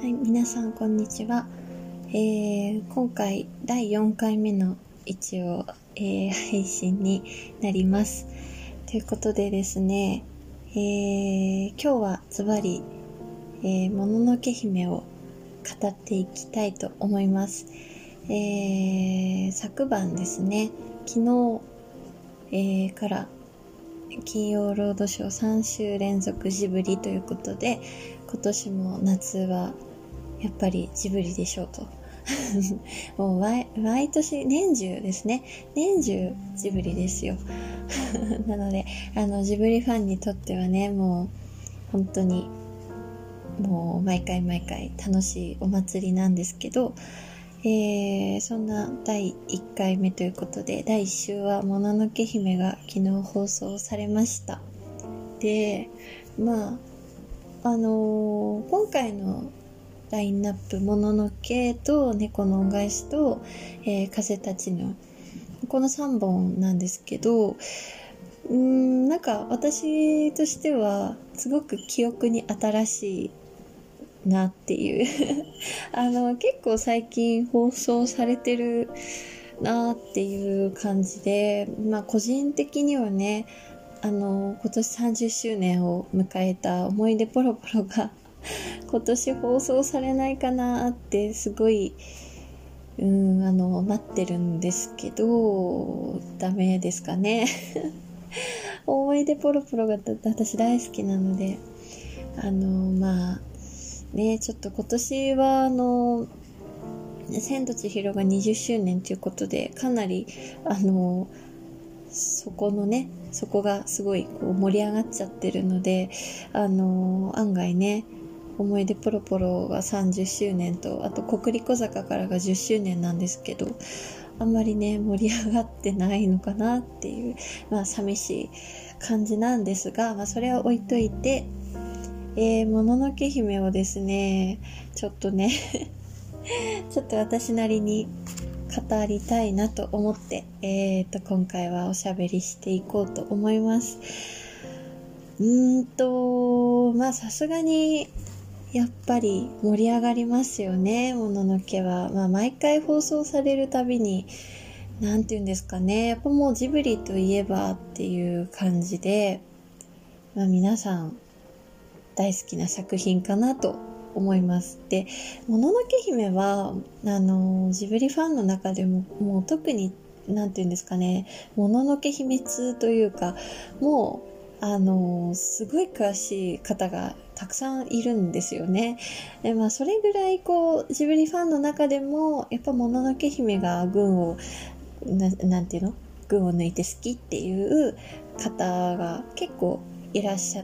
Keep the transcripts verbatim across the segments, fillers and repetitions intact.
はい、皆さんこんにちは。えー、今回だいよんかいめの一応、えー、配信になります。ということでですね、えー、今日はズバリ、えー、もののけ姫を語っていきたいと思います。えー、昨晩ですね、昨日、えー、から金曜ロードショーさんしゅう連続ジブリということで、今年も夏はやっぱりジブリでしょうともう毎毎年年中ですね年中ジブリですよなのであのジブリファンにとってはね、もう本当にもう毎回毎回楽しいお祭りなんですけど、えー、そんなだいいっかいめということで、だいいっ週はもののけ姫が昨日放送されました。で、まああのー、今回のラインナップ、もののけと猫の恩返しと、えー、風たちのこのさんぼんなんですけど、うーんなんか私としてはすごく記憶に新しいなっていうあの結構最近放送されてるなっていう感じで、まあ個人的にはね、あの今年さんじゅっしゅうねんを迎えた思い出ポロポロが今年放送されないかなってすごいうんあの待ってるんですけど、ダメですかね思い出ポロポロが私大好きなので、あのまあねちょっと今年はあの千と千尋がにじゅっしゅうねんということで、かなりあのそこのねそこがすごいこう盛り上がっちゃってるので、あの案外ね思い出ポロポロがさんじゅっしゅうねんと、あと国立小坂からがじゅっしゅうねんなんですけど、あんまりね盛り上がってないのかなっていう、まあ寂しい感じなんですが、まあそれは置いといて、えー、もののけ姫をですねちょっとねちょっと私なりに語りたいなと思って、えーと今回はおしゃべりしていこうと思います。うーんとまあさすがにやっぱり盛り上がりますよね、もののけは。まあ毎回放送されるたびになんていうんですかね、やっぱもうジブリといえばっていう感じで、まあ皆さん大好きな作品かなと思います。で、もののけ姫はあのジブリファンの中でももう特になんていうんですかね、もののけ秘密というか、もうあのすごい詳しい方がたくさんいるんですよね。で、まあそれぐらいこうジブリファンの中でもやっぱもののけ姫が群を な, なんていうの群を抜いて好きっていう方が結構いらっしゃって、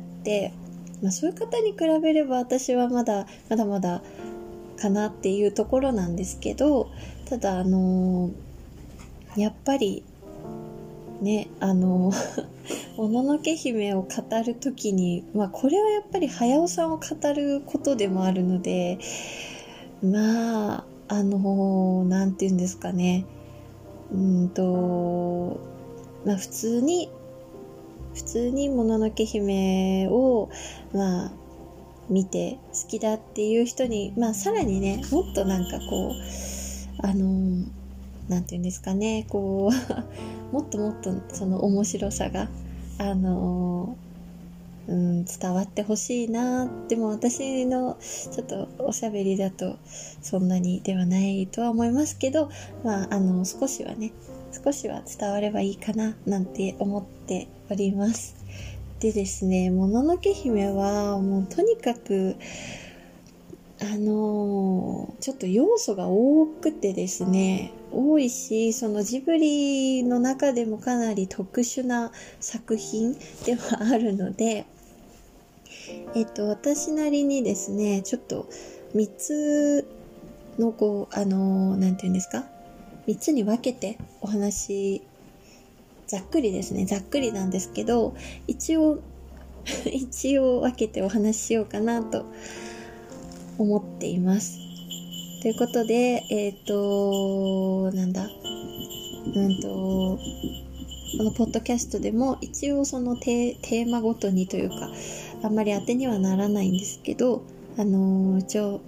まあ、そういう方に比べれば私はまだまだまだかなっていうところなんですけど、ただあのー、やっぱりね、あのもののけ姫を語るときに、まあこれはやっぱり早尾さんを語ることでもあるので、まああのなんていうんですかね、うんとまあ普通に普通にもののけ姫をまあ見て好きだっていう人に、まあさらにねもっとなんかこうあのなんていうんですかね、こうもっともっとその面白さがあのうん、伝わってほしいな。でも私のちょっとおしゃべりだとそんなにではないとは思いますけど、まああの少しはね少しは伝わればいいかななんて思っております。でですね、もののけ姫はもうとにかくあのー、ちょっと要素が多くてですね、多いし、そのジブリの中でもかなり特殊な作品ではあるので、えっと私なりにですね、ちょっとみっつのこうあのー、なんていうんですか、みっつに分けてお話、ざっくりですねざっくりなんですけど、一応一応分けてお話ししようかなと思っています。ということで、えっとなんだうんとこのポッドキャストでも一応そのテーマごとにというかあんまり当てにはならないんですけど、あのー、一応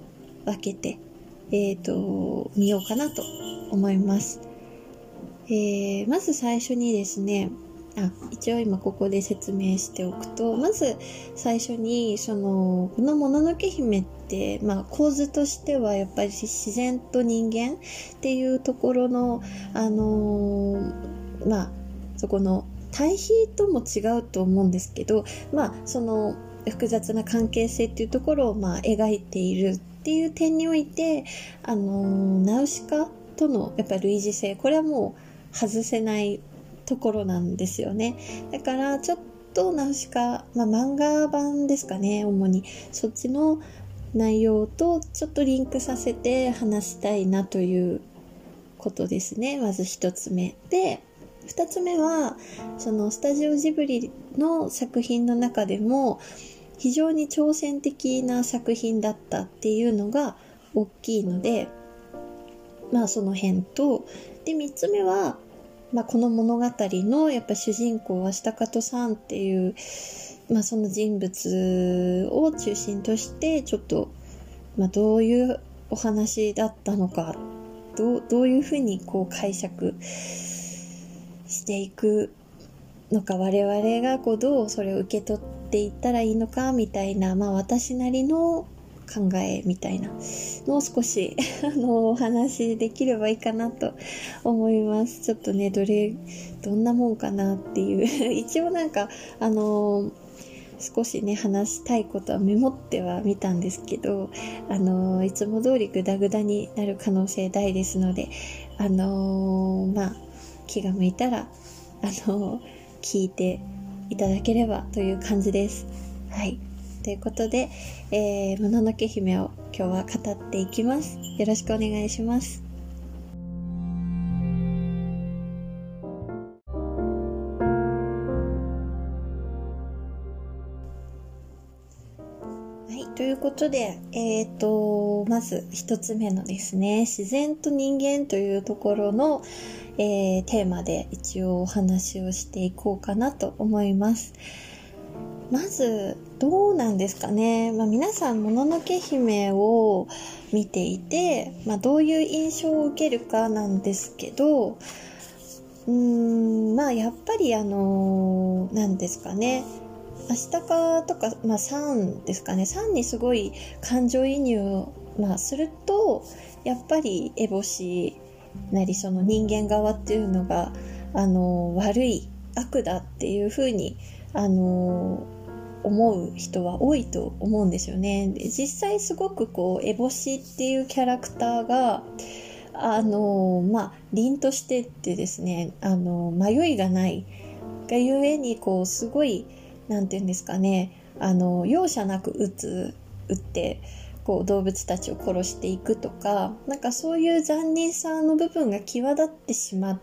分けて、えっと、見ようかなと思います。えー、まず最初にですね、あ、一応今ここで説明しておくと、まず最初にそのこのもののけ姫って、まあ、構図としてはやっぱり自然と人間っていうところのあのー、まあそこの対比とも違うと思うんですけど、まあその複雑な関係性っていうところをまあ描いているっていう点において、あのー、ナウシカとのやっぱり類似性、これはもう外せないところなんですよね。だからちょっとナウシカ、まあ、漫画版ですかね、主にそっちの内容とちょっとリンクさせて話したいなということですね。まず一つ目で、二つ目はそのスタジオジブリの作品の中でも非常に挑戦的な作品だったっていうのが大きいので、まあその辺と、で三つ目はまあ、この物語のやっぱ主人公は下方さんっていう、まあ、その人物を中心としてちょっと、まあ、どういうお話だったのか、どう、どういうふうにこう解釈していくのか、我々がこうどうそれを受け取っていったらいいのかみたいな、まあ、私なりの考えみたいなのを少しあのお話できればいいかなと思います。ちょっとね、どれどんなもんかなっていう一応なんかあの少しね話したいことはメモってはみたんですけど、あのいつも通りグダグダになる可能性大ですので、あのまあ気が向いたらあの聞いていただければという感じです。はい。ということで、えー、もののけ姫を今日は語っていきます。よろしくお願いします。はい、ということで、えーと、まず一つ目のですね、自然と人間というところの、えー、テーマで一応お話をしていこうかなと思います。まずどうなんですかね、まあ、皆さんもののけ姫を見ていて、まあ、どういう印象を受けるかなんですけど、うーんまあやっぱりあのなんですかね、アシタカとか、まあ、サンですかね、サンにすごい感情移入を、まあ、するとやっぱり烏帽子なりその人間側っていうのがあの悪い悪だっていう風にあの思う人は多いと思うんですよね。で実際すごくこう烏帽子っていうキャラクターがあのまあ凛としてってですね、あの迷いがないがゆえにこうすごいなんていうんですかね、あの容赦なく撃つ撃ってこう動物たちを殺していくとか、なんかそういう残忍さの部分が際立ってしまって、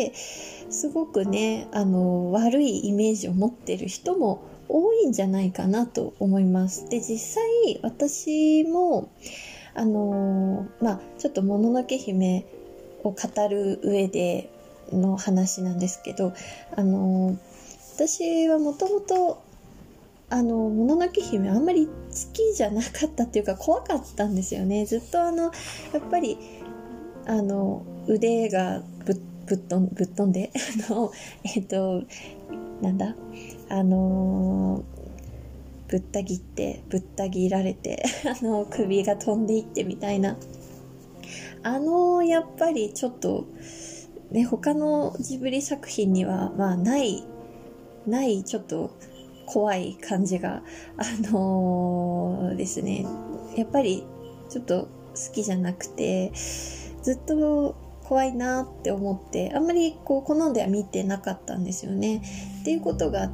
すごくねあの悪いイメージを持ってる人も多いんじゃないかなと思います。で実際私もあのまあちょっともののけ姫を語る上での話なんですけど、あの私はもともとあのもののけ姫あんまり好きじゃなかったっていうか怖かったんですよね。ずっとあのやっぱりあの腕がぶっぶっ飛んぶっ飛んであのえっとなんだあのぶった切ってぶった切られてあの首が飛んでいってみたいな、あのやっぱりちょっとね他のジブリ作品にはまあないないちょっと怖い感じがあのー、ですね、やっぱりちょっと好きじゃなくて、ずっと怖いなって思ってあんまりこう好んでは見てなかったんですよね。っていうことがあって、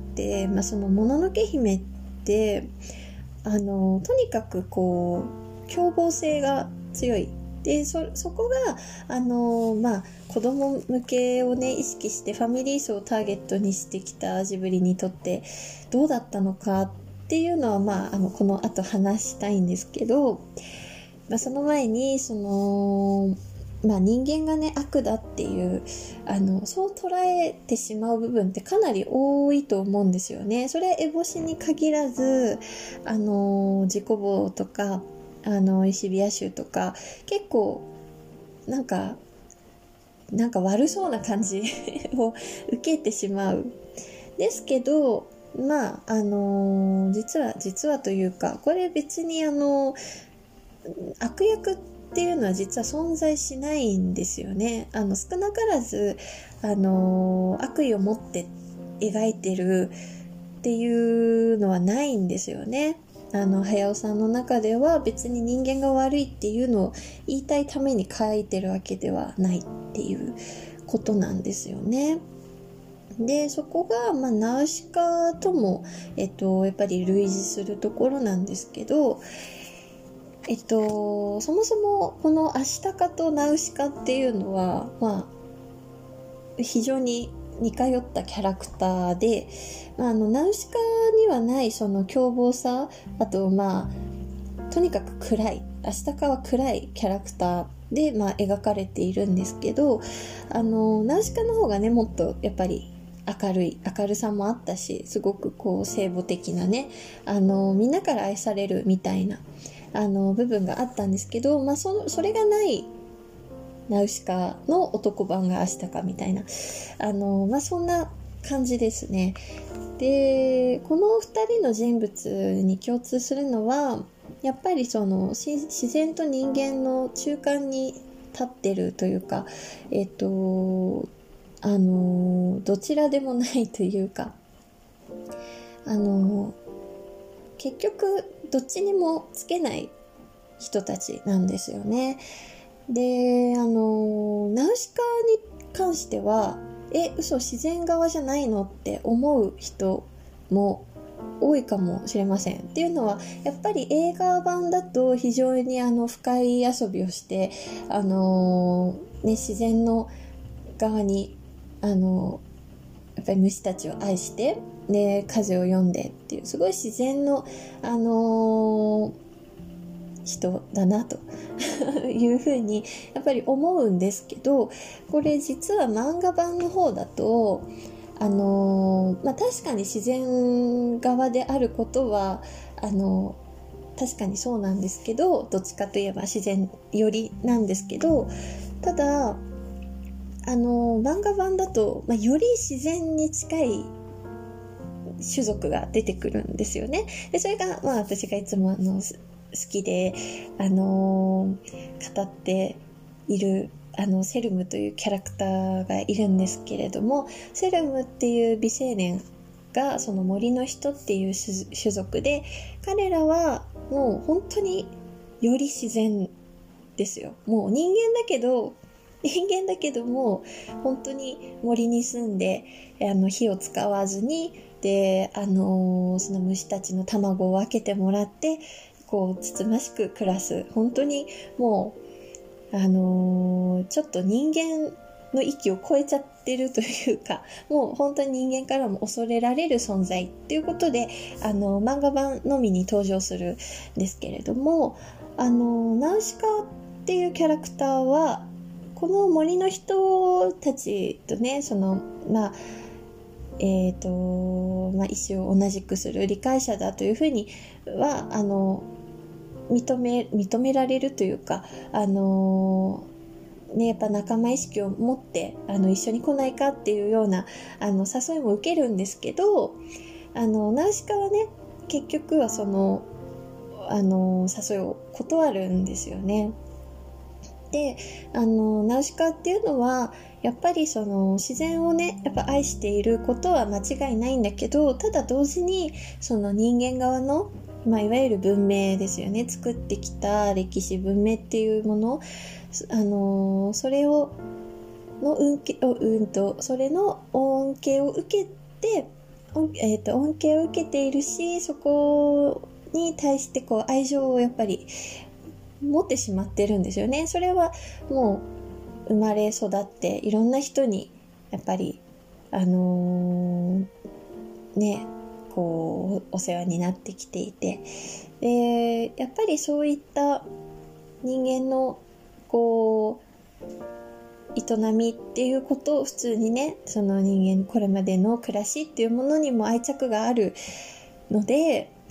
まあ、そのもののけ姫ってあのとにかくこう凶暴性が強いで、 そ, そこがあのまあ子供向けをね意識してファミリー層をターゲットにしてきたジブリにとってどうだったのかっていうのは、まあ、あのこの後話したいんですけど、まあ、その前にそのまあ、人間がね悪だっていうあのそう捉えてしまう部分ってかなり多いと思うんですよね。それは烏帽子に限らずあの自己棒とかあの石火矢衆とか結構なんかなんか悪そうな感じを受けてしまう。ですけど、まああの実は実はというか、これ別にあの悪役っていうのは実は存在しないんですよね。あの少なからずあの悪意を持って描いてるっていうのはないんですよね。あの早尾さんの中では別に人間が悪いっていうのを言いたいために書いてるわけではないっていうことなんですよね。でそこが、まあ、ナウシカとも、えっと、やっぱり類似するところなんですけど、えっと、そもそもこのアシタカとナウシカっていうのは、まあ、非常に似通ったキャラクターで、まあ、あのナウシカにはないその凶暴さ、あとまあとにかく暗い、アシタカは暗いキャラクターで、まあ、描かれているんですけど、あのナウシカの方がねもっとやっぱり明るい明るさもあったし、すごくこう聖母的なね、あのみんなから愛されるみたいなあの部分があったんですけど、まあ、そ, それがないナウシカの男版がアシタカみたいな、あの、まあ、そんな感じですね。でこのふたりの人物に共通するのはやっぱりその自然と人間の中間に立ってるというか、えっとあのどちらでもないというか、あの結局どっちにもつけない人たちなんですよね。であのナウシカに関してはえ嘘自然側じゃないのって思う人も多いかもしれません。っていうのはやっぱり映画版だと非常にあの深い遊びをしてあの、ね、自然の側にあのやっぱり虫たちを愛してで風を読んでっていうすごい自然のあの人だなというふうにやっぱり思うんですけど、これ実は漫画版の方だとあのーまあ、確かに自然側であることはあの確かにそうなんですけど、どっちかといえば自然寄りなんですけど、ただあの漫画版だと、まあ、より自然に近い種族が出てくるんですよね。でそれが、まあ、私がいつもあの好きで、あのー、語っているあのセルムというキャラクターがいるんですけれども、セルムっていう美青年がその森の人っていう種族で、彼らはもう本当により自然ですよ。もう人間だけど人間だけども本当に森に住んであの火を使わずにで、あのー、その虫たちの卵を分けてもらってこうつつましく暮らす、本当にもうあのー、ちょっと人間の域を超えちゃってるというか、もう本当に人間からも恐れられる存在っていうことで、あのー、漫画版のみに登場するんですけれども、あのー、ナウシカっていうキャラクターはこの森の人たちとね、そのまあえーとまあ、意思を同じくする理解者だというふうにはあの認め、認められるというか、あのーね、やっぱ仲間意識を持ってあの一緒に来ないかっていうようなあの誘いも受けるんですけど、あのナウシカはね結局はその、あの誘いを断るんですよね。であのナウシカっていうのはやっぱりその自然をねやっぱ愛していることは間違いないんだけど、ただ同時にその人間側の、まあ、いわゆる文明ですよね、作ってきた歴史文明っていうもの、あのそれをの恩恵をうんとそれの恩恵を受けて、えーと、恩恵を受けているし、そこに対してこう愛情をやっぱり持ってしまってるんですよね。それはもう生まれ育っていろんな人にやっぱりあのー、ねこうお世話になってきていて、でやっぱりそういった人間のこう営みっていうことを普通にね、その人間これまでの暮らしっていうものにも愛着があるので、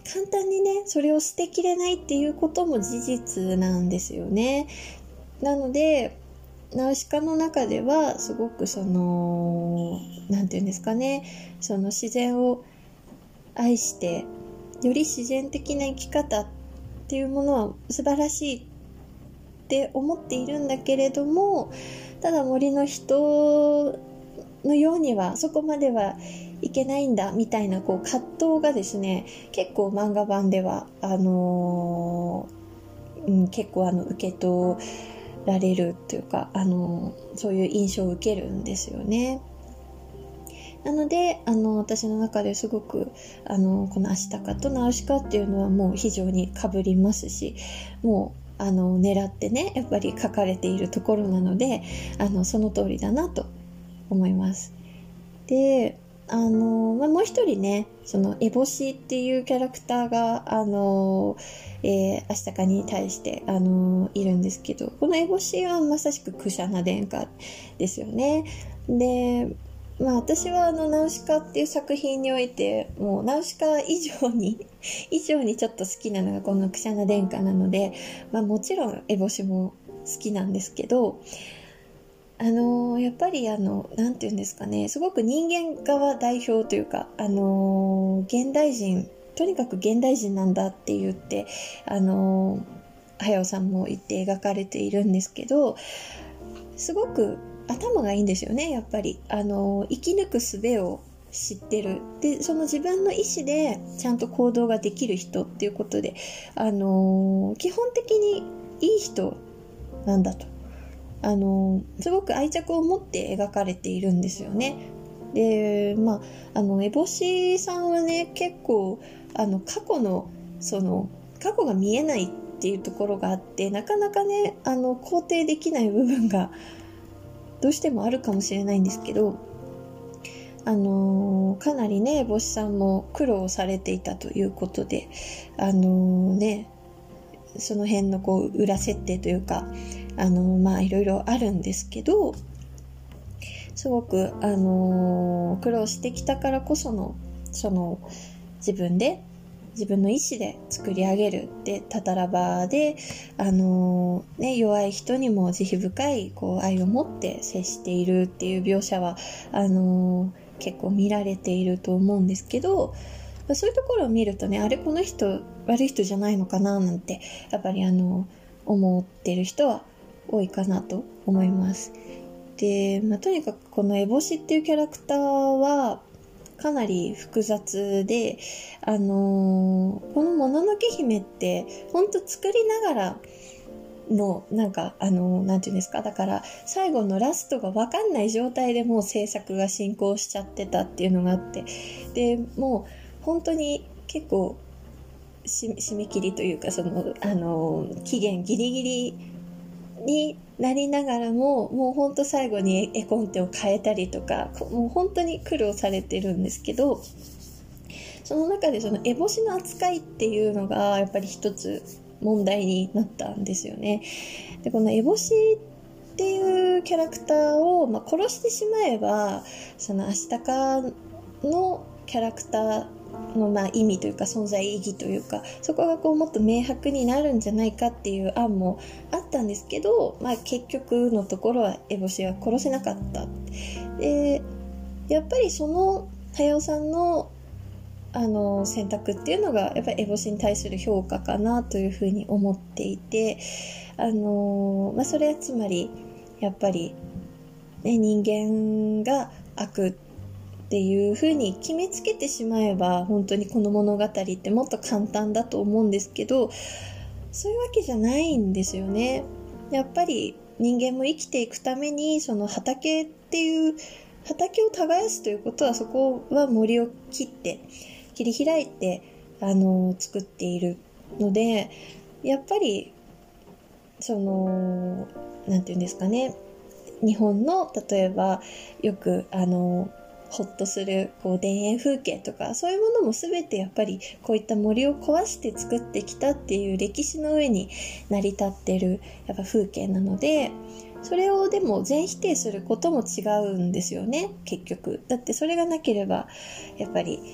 簡単にねそれを捨てきれないっていうことも事実なんですよね。なのでナウシカの中ではすごくそのなんていうんですかね、その自然を愛してより自然的な生き方っていうものは素晴らしいって思っているんだけれども、ただ森の人のようにはそこまではいけないんだみたいなこう葛藤がですね、結構漫画版ではあのーうん、結構あの受け取られるというか、あのー、そういう印象を受けるんですよね。なのであの私の中ですごくあのこのアシタカとナウシカっていうのはもう非常に被りますし、もうあの狙ってねやっぱり書かれているところなので、あのその通りだなと思います。であの、まあ、もう一人ねそのエボシっていうキャラクターがあの、えー、アシタカに対してあのいるんですけど、このエボシはまさしくクシャナ殿下ですよね。でまあ私はあのナウシカっていう作品においてもうナウシカ以上に以上にちょっと好きなのがこのクシャナ殿下なので、まあもちろんエボシも好きなんですけど、あのー、やっぱりあのなんていうんですかね、すごく人間側代表というか、あのー、現代人、とにかく現代人なんだって言ってあのー、早尾さんも言って描かれているんですけど、すごく頭がいいんですよね。やっぱりあの生き抜く術を知ってる。でその自分の意思でちゃんと行動ができる人っていうことで、あの基本的にいい人なんだと、あのすごく愛着を持って描かれているんですよね。でまああのエボシさんはね結構あの過去のその過去が見えないっていうところがあって、なかなかねあの肯定できない部分がどうしてもあるかもしれないんですけど、あのー、かなりねボシさんも苦労されていたということで、あのー、ねその辺のこう裏設定というか、あのー、まあいろいろあるんですけど、すごく、あのー、苦労してきたからこそのその自分で自分の意思で作り上げるで、タタラバで、あのーね、弱い人にも慈悲深いこう愛を持って接しているっていう描写はあのー、結構見られていると思うんですけど、そういうところを見るとね、あれこの人悪い人じゃないのかななんてやっぱりあの思ってる人は多いかなと思います。で、まあ、とにかくこのエボシっていうキャラクターはかなり複雑で、あのー、このもののけ姫ってほんと作りながらのなんかあのー、なんていうんですか、だから最後のラストが分かんない状態でもう制作が進行しちゃってたっていうのがあって、でもう本当に結構締め切りというか、そのあのー、期限ギリギリになりながらももうほんと最後に絵コンテを変えたりとか、もう本当に苦労されてるんですけど、その中でそのエボシの扱いっていうのがやっぱり一つ問題になったんですよね。でこのエボシっていうキャラクターを、まあ、殺してしまえばそのアシタカのキャラクターのまあ意味というか存在意義というか、そこがこうもっと明白になるんじゃないかっていう案もあったんですけど、まあ、結局のところはエボシは殺せなかった。でやっぱりその早尾さんのあの選択っていうのがやっぱりエボシに対する評価かなというふうに思っていて、あの、まあ、それはつまりやっぱり、ね、人間が悪っていう風に決めつけてしまえば本当にこの物語ってもっと簡単だと思うんですけど、そういうわけじゃないんですよね。やっぱり人間も生きていくためにその畑っていう畑を耕すということは、そこは森を切って切り開いてあの作っているので、やっぱりそのなんていうんですかね、日本の例えばよくあのほっとするこう田園風景とか、そういうものも全てやっぱりこういった森を壊して作ってきたっていう歴史の上に成り立ってるやっぱ風景なので、それをでも全否定することも違うんですよね、結局。だってそれがなければやっぱり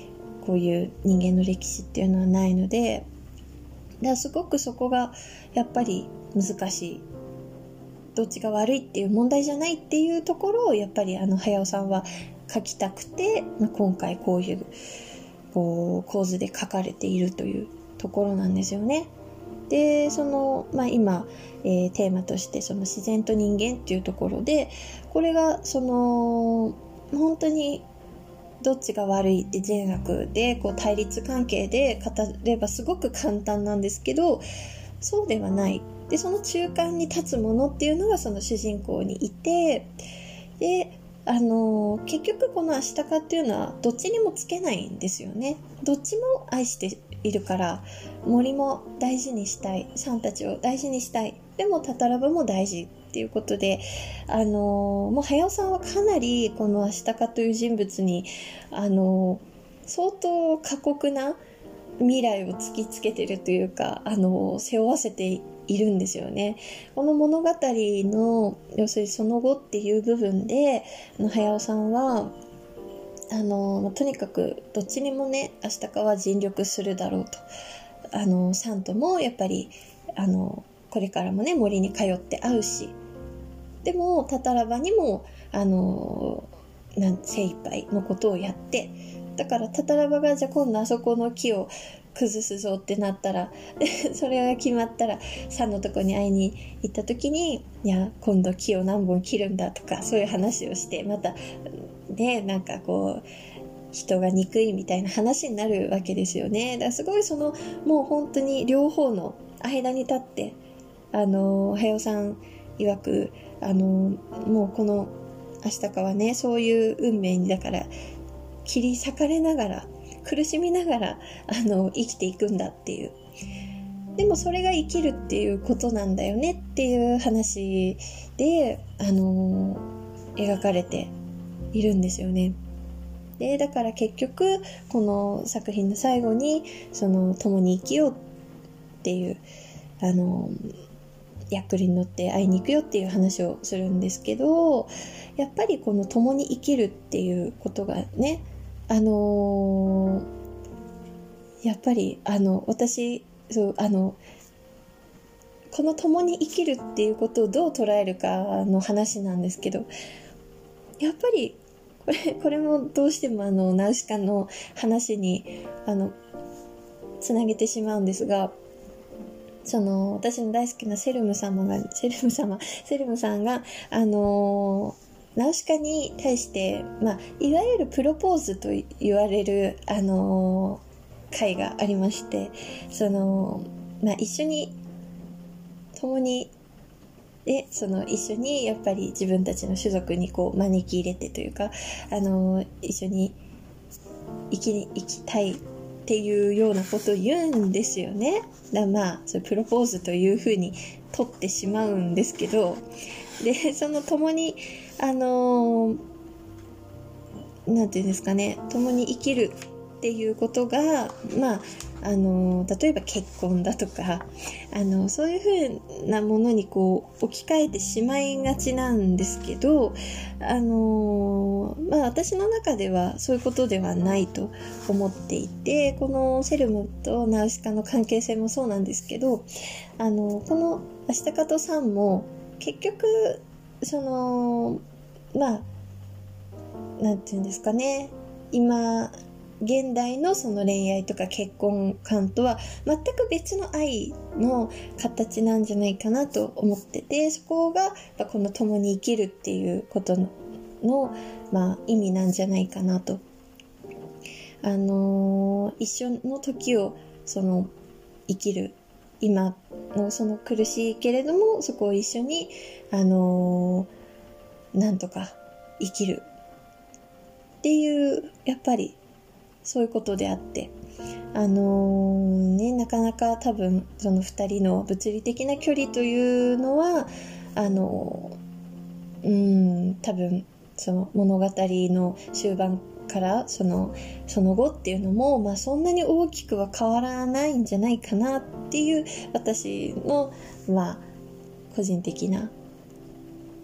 こういう人間の歴史っていうのはないので、だからすごくそこがやっぱり難しい、どっちが悪いっていう問題じゃないっていうところをやっぱりあの早尾さんは書きたくて、まあ、今回こういうこう構図で書かれているというところなんですよね。でその、まあ、今、えー、テーマとしてその自然と人間っていうところで、これがその本当にどっちが悪いって善悪でこう対立関係で語ればすごく簡単なんですけど、そうではない。でその中間に立つものっていうのがその主人公にいて、であの結局このアシタカっていうのはどっちにもつけないんですよね。どっちも愛しているから、森も大事にしたい、さんたちを大事にしたい、でもタタラバも大事っていうことで、あのもう早尾さんはかなりこのアシタカという人物にあの相当過酷な未来を突きつけてるというか、あの背負わせているんですよね。この物語の要するにその後っていう部分で早尾さんはあのとにかくどっちにもねアシタカは尽力するだろうと、あのサンともやっぱりあのこれからもね森に通って会うし、でもタタラバにもあのなん精一杯のことをやって、だからタタラバがじゃあ今度あそこの木を崩すぞってなったらそれが決まったらサンのとこに会いに行った時に、いや今度木を何本切るんだとかそういう話をして、またねなんかこう人が憎いみたいな話になるわけですよね。だからすごいそのもう本当に両方の間に立って、あの早尾さん曰くあのもうこのアシタカはねそういう運命にだから切り裂かれながら苦しみながらあの生きていくんだっていう、でもそれが生きるっていうことなんだよねっていう話であの描かれているんですよね。でだから結局この作品の最後にその共に生きようっていうあのヤックリに乗って会いに行くよっていう話をするんですけど、やっぱりこの共に生きるっていうことがね、あのー、やっぱりあの私そうあのこの共に生きるっていうことをどう捉えるかの話なんですけど、やっぱりこれこれもどうしてもあのナウシカの話にあのつなげてしまうんですが、その私の大好きなセルム様がセルム様セルムさんがあのーナウシカに対して、まあ、いわゆるプロポーズと言われる、あのー、会がありまして、その、まあ、一緒に共にでその一緒にやっぱり自分たちの種族にこう招き入れてというか、あのー、一緒に生き、生きたいっていうようなことを言うんですよね。だまあそれプロポーズというふうに取ってしまうんですけど、でその共にあのー、なんていうんですかね、共に生きるっていうことがまああのー、例えば結婚だとかあのー、そういうふうなものにこう置き換えてしまいがちなんですけど、あのー、まあ私の中ではそういうことではないと思っていて、このセルムとナウシカの関係性もそうなんですけど、あのこのアシタカとサンも結局そのまあなんていうんですかね、今現代のその恋愛とか結婚観とは全く別の愛の形なんじゃないかなと思ってて、そこがこの共に生きるっていうことの、のまあ、意味なんじゃないかなと。あのー、一緒の時をその生きる、今のその苦しいけれどもそこを一緒にあのー、なんとか生きるっていうやっぱりそういうことであって、あのー、ねなかなか多分そのふたりの物理的な距離というのはあのー、うーん多分その物語の終盤からそのその後っていうのも、まあ、そんなに大きくは変わらないんじゃないかなっていう私の、まあ、個人的な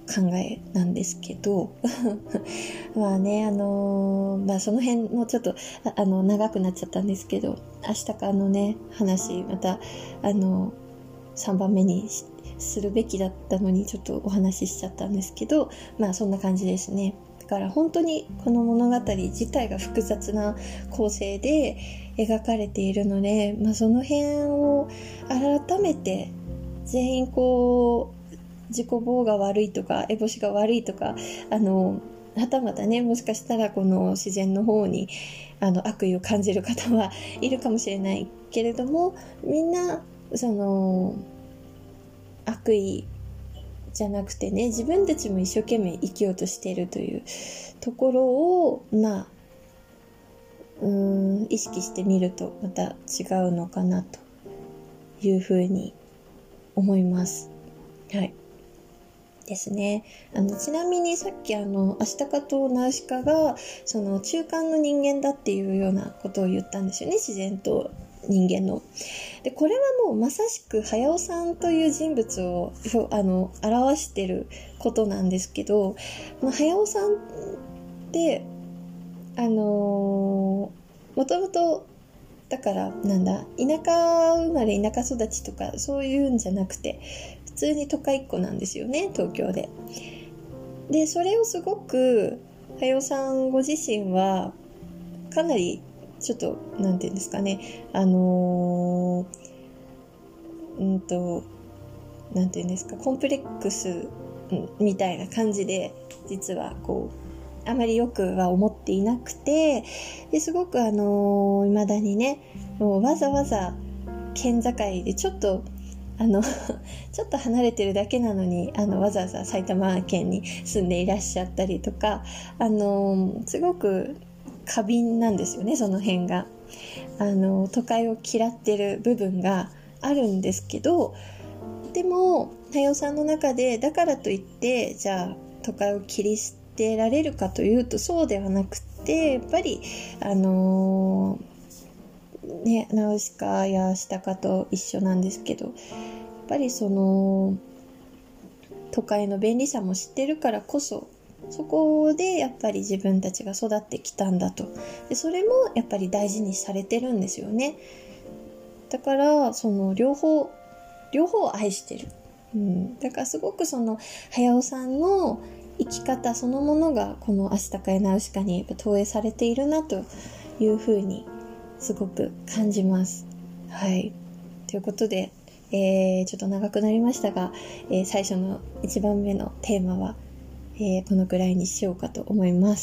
考えなんですけどまあね、あのー、まあその辺もちょっとああの長くなっちゃったんですけど、明日からのね話またあのさんばんめにするべきだったのにちょっとお話ししちゃったんですけど、まあそんな感じですね。だから本当にこの物語自体が複雑な構成で描かれているので、まあ、その辺を改めて全員こう自己防が悪いとか烏帽子が悪いとか、あのはたまたね、もしかしたらこの自然の方にあの悪意を感じる方はいるかもしれないけれども、みんなその悪意じゃなくてね、自分たちも一生懸命生きようとしているというところをまあうーん意識してみるとまた違うのかなというふうに思います。はいですね。あのちなみにさっきあのアシタカとナウシカがその中間の人間だっていうようなことを言ったんですよね、自然と人間の。でこれはもうまさしく早尾さんという人物をあの表してることなんですけど、まあ、早尾さんってあのー、もともとだからなんだ田舎生まれ田舎育ちとかそういうんじゃなくて普通に都会っ子なんですよね、東京で。でそれをすごく早尾さんご自身はかなりちょっとなんていうんですかね、あのー、うんとなんていうんですか、コンプレックスみたいな感じで実はこうあまりよくは思っていなくて、ですごくあのー、未だにねもうわざわざ県境でちょっとあのちょっと離れてるだけなのにあのわざわざ埼玉県に住んでいらっしゃったりとか、あのー、すごく過敏なんですよね、その辺が。あの都会を嫌ってる部分があるんですけど、でも早尾さんの中でだからといってじゃあ都会を切り捨てられるかというとそうではなくて、やっぱりあのー、ねナウシカやアシタカと一緒なんですけど、やっぱりその都会の便利さも知ってるからこそそこでやっぱり自分たちが育ってきたんだと。でそれもやっぱり大事にされてるんですよね。だからその両方両方を愛してる、うん、だからすごくその早尾さんの生き方そのものがこのアシタカやナウシカにやっぱ投影されているなというふうにすごく感じます。はい、ということで、えー、ちょっと長くなりましたが、えー、最初のいちばんめのテーマはえー、このくらいにしようかと思います。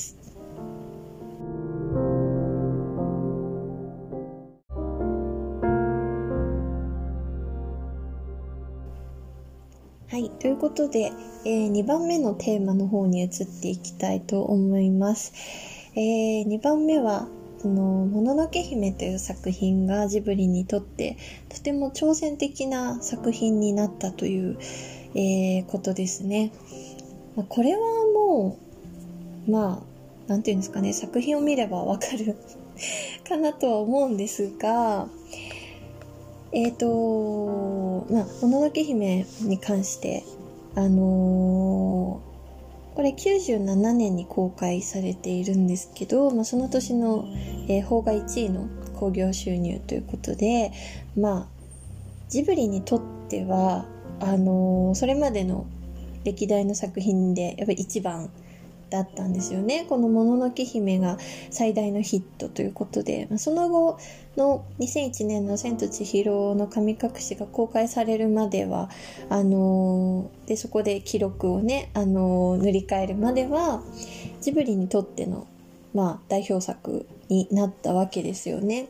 はい、ということで、えー、にばんめのテーマの方に移っていきたいと思います。えー、にばんめはそのもののけ姫という作品がジブリにとってとても挑戦的な作品になったという、えー、ことですね。これはもうまあなんていうんですかね、作品を見ればわかるかなとは思うんですが、えーとまあもののけ姫に関してあのー、これきゅうじゅうななねんに公開されているんですけど、まあ、その年の、えー、邦画いちいの興行収入ということで、まあジブリにとってはあのー、それまでの歴代の作品でやっぱり一番だったんですよね。このもののけ姫が最大のヒットということで、その後のにせんいちねんの千と千尋の神隠しが公開されるまではあのー、でそこで記録をね、あのー、塗り替えるまではジブリにとっての、まあ、代表作になったわけですよね。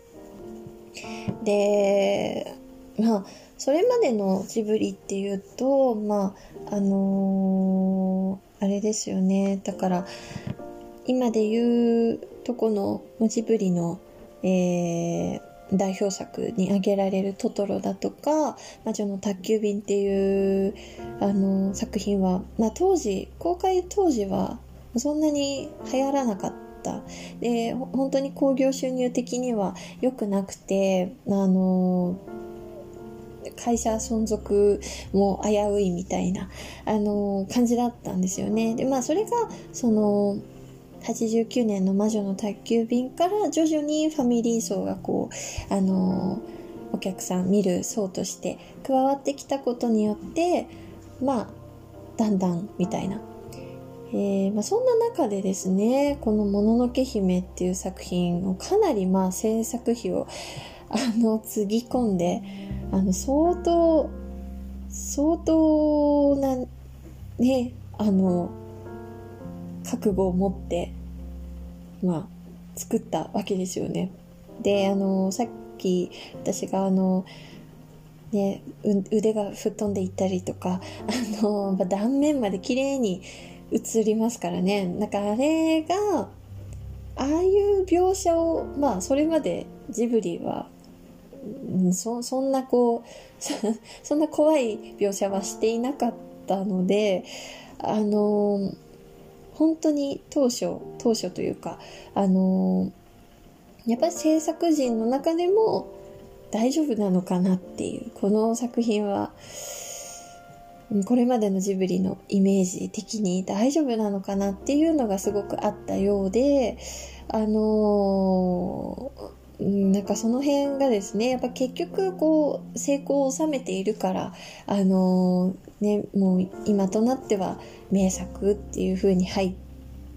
でまあそれまでのジブリっていうと、まああのー、あれですよね。だから今で言うとこのジブリの、えー、代表作に挙げられるトトロだとか魔女の宅急便っていうあの作品は、まあ、当時公開当時はそんなに流行らなかった。で本当に興行収入的には良くなくて、あの会社存続も危ういみたいな、あのー、感じだったんですよね。で、まあそれがそのはちじゅうきゅうねんの魔女の宅急便から徐々にファミリー層がこう、あのー、お客さん見る層として加わってきたことによって、まあだんだんみたいな、えーまあ、そんな中でですね、このもののけ姫っていう作品をかなりまあ制作費をあのつぎ込んで、あの相当相当なね、あの覚悟を持ってまあ作ったわけですよね。で、あのさっき私があのね、腕が吹っ飛んでいったりとか、あの断面まで綺麗に映りますからね。なんかあれがああいう描写をまあそれまでジブリはそ, そんなこうそんな怖い描写はしていなかったので、あの本当に当初当初というか、あのやっぱり制作陣の中でも大丈夫なのかなっていう、この作品はこれまでのジブリのイメージ的に大丈夫なのかなっていうのがすごくあったようで、あのー、なんかその辺がですね、やっぱ結局こう成功を収めているから、あのー、ね、もう今となっては名作っていう風に入って、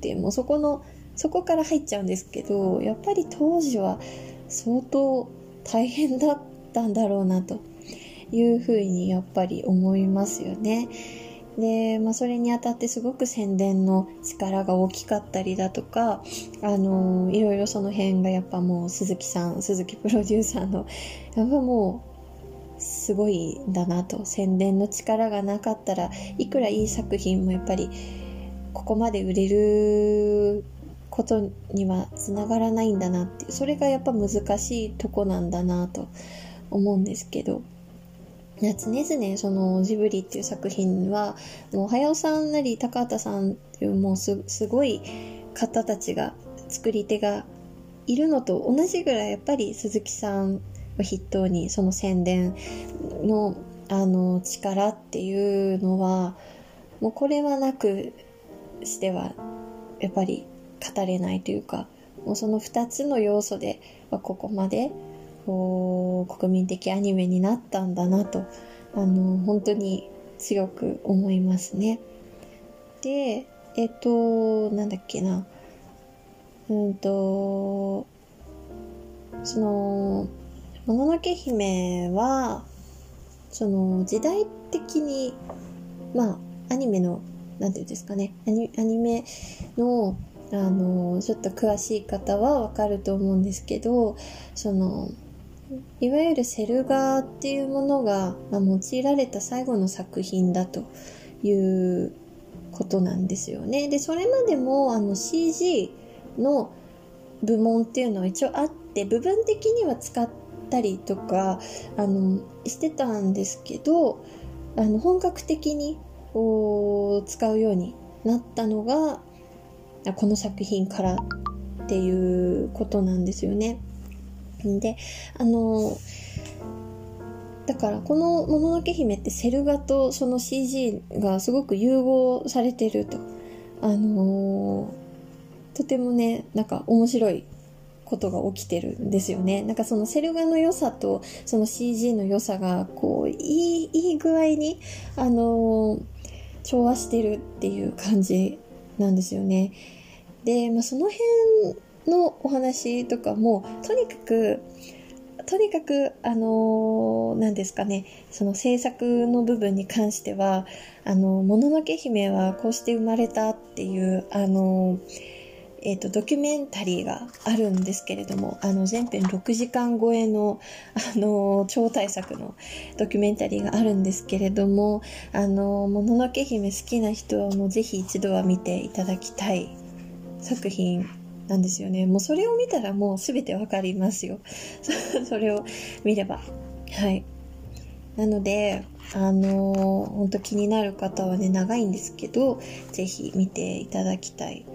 もうそこのそこから入っちゃうんですけど、やっぱり当時は相当大変だったんだろうなというふうにやっぱり思いますよね。で、まあ、それにあたってすごく宣伝の力が大きかったりだとか、あのいろいろその辺がやっぱもう鈴木さん鈴木プロデューサーのやっぱもうすごいんだなと、宣伝の力がなかったらいくらいい作品もやっぱりここまで売れることにはつながらないんだなっていう、それがやっぱ難しいとこなんだなと思うんですけど、常々そのジブリっていう作品はもう早尾さんなり高畑さんっていうもう す, すごい方たちが作り手がいるのと同じぐらい、やっぱり鈴木さんを筆頭にその宣伝のあの力っていうのはもうこれはなくしてはやっぱり語れないというか、もうそのふたつの要素でここまでこう国民的アニメになったんだなと、あの本当に強く思いますね。で、えっとなんだっけなうんとそのもののけ姫はその時代的にまあアニメのなんていうんですかね、アニ、アニメのあのちょっと詳しい方はわかると思うんですけど、そのいわゆるセル画っていうものが、まあ、用いられた最後の作品だということなんですよね。で、それまでもあの シージー の部門っていうのは一応あって、部分的には使ったりとかあのしてたんですけど、あの本格的にこう使うようになったのがこの作品からっていうことなんですよね。で、あのだからこのもののけ姫ってセル画とその シージー がすごく融合されてると、あのとてもね、なんか面白いことが起きてるんですよね。なんかそのセル画の良さとその シージー の良さがこういいいい具合にあの調和してるっていう感じなんですよね。で、まあ、その辺のお話とかもとにかくとにかくあのー、何ですかね、その制作の部分に関してはあのもののけ姫はこうして生まれたっていうあのーえーと、ドキュメンタリーがあるんですけれども、あの全編ろくじかん超えの、あの超大作のドキュメンタリーがあるんですけれども、あのもののけ姫好きな人はもうぜひ一度は見ていただきたい作品なんですよね。もうそれを見たらもう全てわかりますよそれを見れば。はい。なのであの本当気になる方はね、長いんですけどぜひ見ていただきたい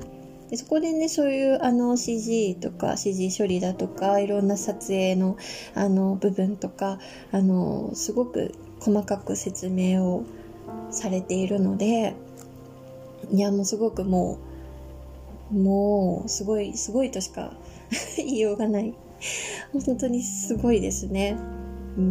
でそこでね、そういうあの シージー とか シージー 処理だとか、いろんな撮影のあの部分とか、あのすごく細かく説明をされているので、いやもうすごくもうもうすごいすごいとしか言いようがない。本当にすごいですね。うん、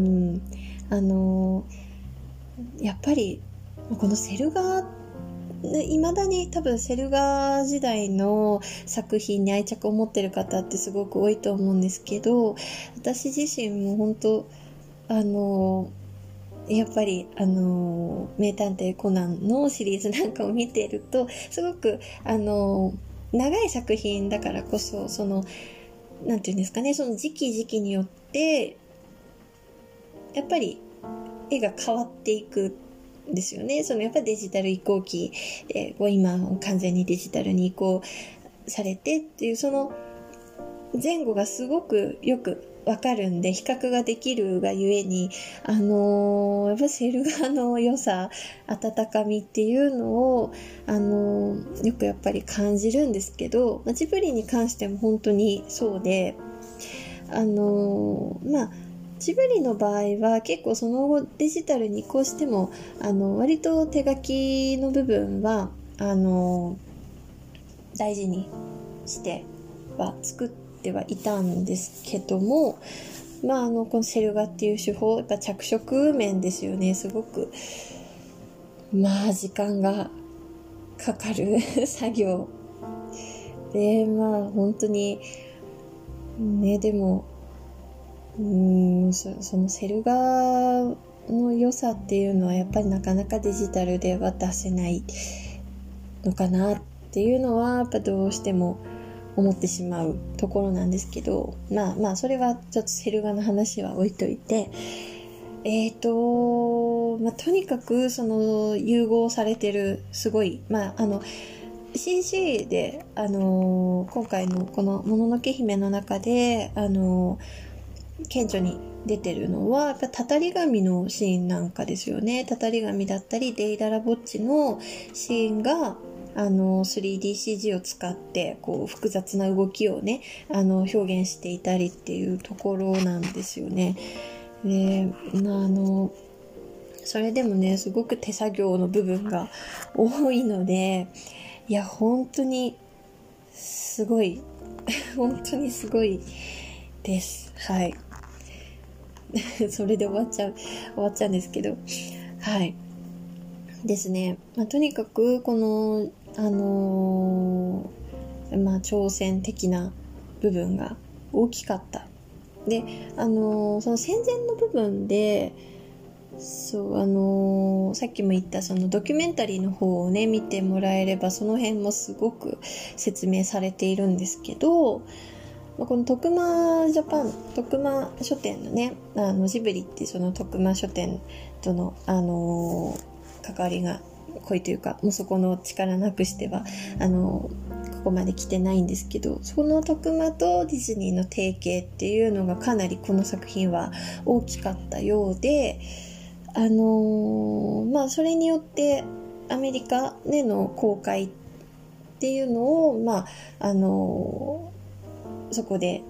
あのやっぱりこのセル画、いまだに多分セル画時代の作品に愛着を持ってる方ってすごく多いと思うんですけど、私自身も本当あのやっぱりあの名探偵コナンのシリーズなんかを見ていると、すごくあの長い作品だからこそ、そのなんていうんですかね、その時期時期によってやっぱり絵が変わっていくんですよね。そのやっぱりデジタル移行期で、こう今完全にデジタルに移行されてっていう、その前後がすごくよくわかるんで、比較ができるがゆえに、あのー、やっぱりセル画の良さ、温かみっていうのを、あのー、よくやっぱり感じるんですけど、ジブリに関しても本当にそうで、あのー、まあジブリの場合は結構その後デジタルに移行しても、あの割と手書きの部分はあの大事にしては作ってはいたんですけども、まああのこのセル画っていう手法、やっぱ着色面ですよね。すごくまあ時間がかかる作業で、まあ本当にね、でもうーん そ, そのセル画の良さっていうのはやっぱりなかなかデジタルでは出せないのかなっていうのはやっぱどうしても思ってしまうところなんですけど、まあまあそれはちょっとセル画の話は置いといて、えーと、まあ、とにかくその融合されてるすごい、まああのシージー で、あのー、今回のこのもののけ姫の中で、あのー顕著に出てるのはやっぱたたり神のシーンなんかですよね。たたり神だったりデイダラボッチのシーンがあの スリーディーシージー を使ってこう複雑な動きをね、あの表現していたりっていうところなんですよね。で、まあ、あのそれでもねすごく手作業の部分が多いので、いや本当にすごい本当にすごいです。はい。それで終わっちゃう終わっちゃうんですけど、はいですね。まあ、とにかくこのあのー、まあ挑戦的な部分が大きかった。で、あのー、その戦前の部分で、そうあのー、さっきも言ったそのドキュメンタリーの方をね見てもらえればその辺もすごく説明されているんですけど。この徳間ジャパン、徳間書店のね、あのジブリってその徳間書店との、あのー、関わりが濃いというか、もうそこの力なくしては、あのー、ここまで来てないんですけど、その徳間とディズニーの提携っていうのがかなりこの作品は大きかったようで、あのー、まあそれによってアメリカでの公開っていうのを、まああのーそこで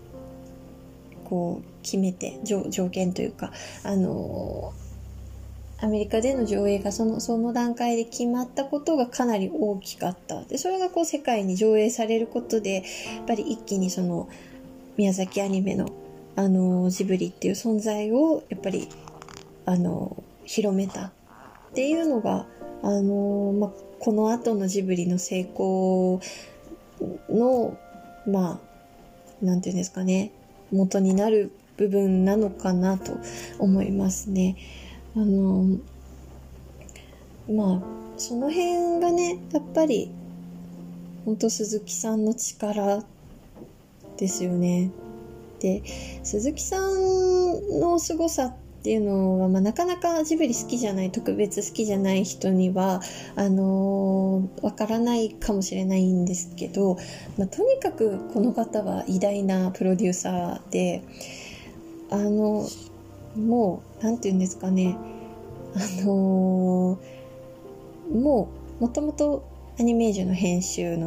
こう決めて 条, 条件というか、あのアメリカでの上映がそのその段階で決まったことがかなり大きかった。でそれがこう世界に上映されることでやっぱり一気にその宮崎アニメの、あのジブリっていう存在をやっぱり、あの広めたっていうのが、あのまあ、この後のジブリの成功のまあなんていうんですかね、元になる部分なのかなと思いますね。あのまあその辺がねやっぱり本当鈴木さんの力ですよね。で鈴木さんの凄さっていうのは、まあ、なかなかジブリ好きじゃない特別好きじゃない人にはあのー、わからないかもしれないんですけど、まあ、とにかくこの方は偉大なプロデューサーで、あのもうなんていうんですかね、あのー、もうもともとアニメージュの編集の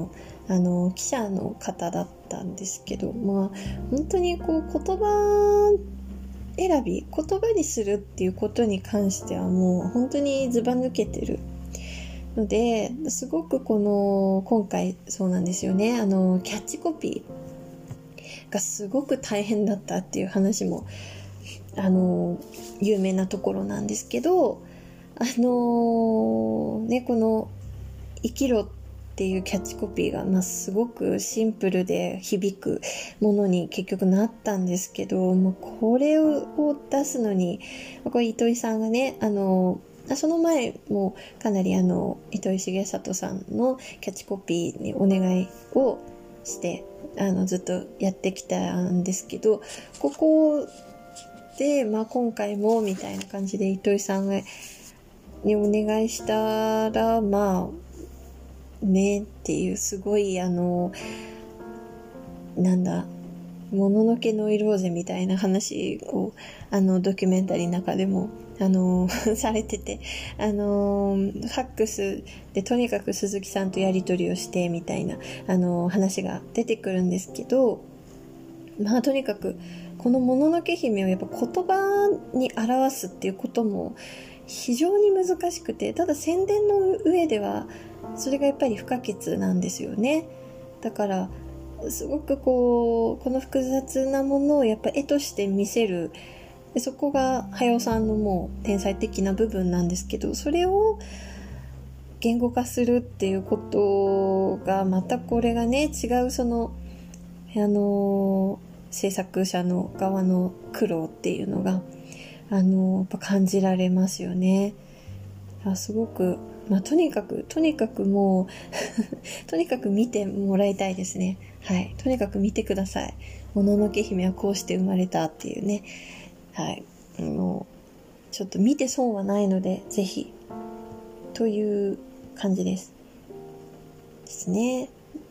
あの記者の方だったんですけど、まあ本当にこう言葉選び、言葉にするっていうことに関してはもう本当にずば抜けてるので、すごくこの今回そうなんですよね、あのキャッチコピーがすごく大変だったっていう話もあの有名なところなんですけど、あのねこの生きろっていうキャッチコピーが、まあ、すごくシンプルで響くものに結局なったんですけど、まあ、これを出すのにこれ糸井さんがね、あのその前もかなりあの糸井重里さんのキャッチコピーにお願いをしてあのずっとやってきたんですけど、ここで、まあ、今回もみたいな感じで糸井さんがにお願いしたら、まあねっていう、すごいあのなんだもののけノイローゼみたいな話をあのドキュメンタリーの中でもあのされてて、あのファックスでとにかく鈴木さんとやり取りをしてみたいなあの話が出てくるんですけど、まあとにかくこのもののけ姫をやっぱ言葉に表すっていうことも非常に難しくて、ただ宣伝の上ではそれがやっぱり不可欠なんですよね。だからすごくこうこの複雑なものをやっぱ絵として見せる、でそこが早尾さんのもう天才的な部分なんですけど、それを言語化するっていうことがまたこれがね違うそのあの制作者の側の苦労っていうのがあのやっぱ感じられますよね。あすごく、まあ、とにかくとにかくもうとにかく見てもらいたいですね。はい、とにかく見てください。もののけ姫はこうして生まれたっていうね、はい、もうちょっと見て損はないのでぜひという感じですですね。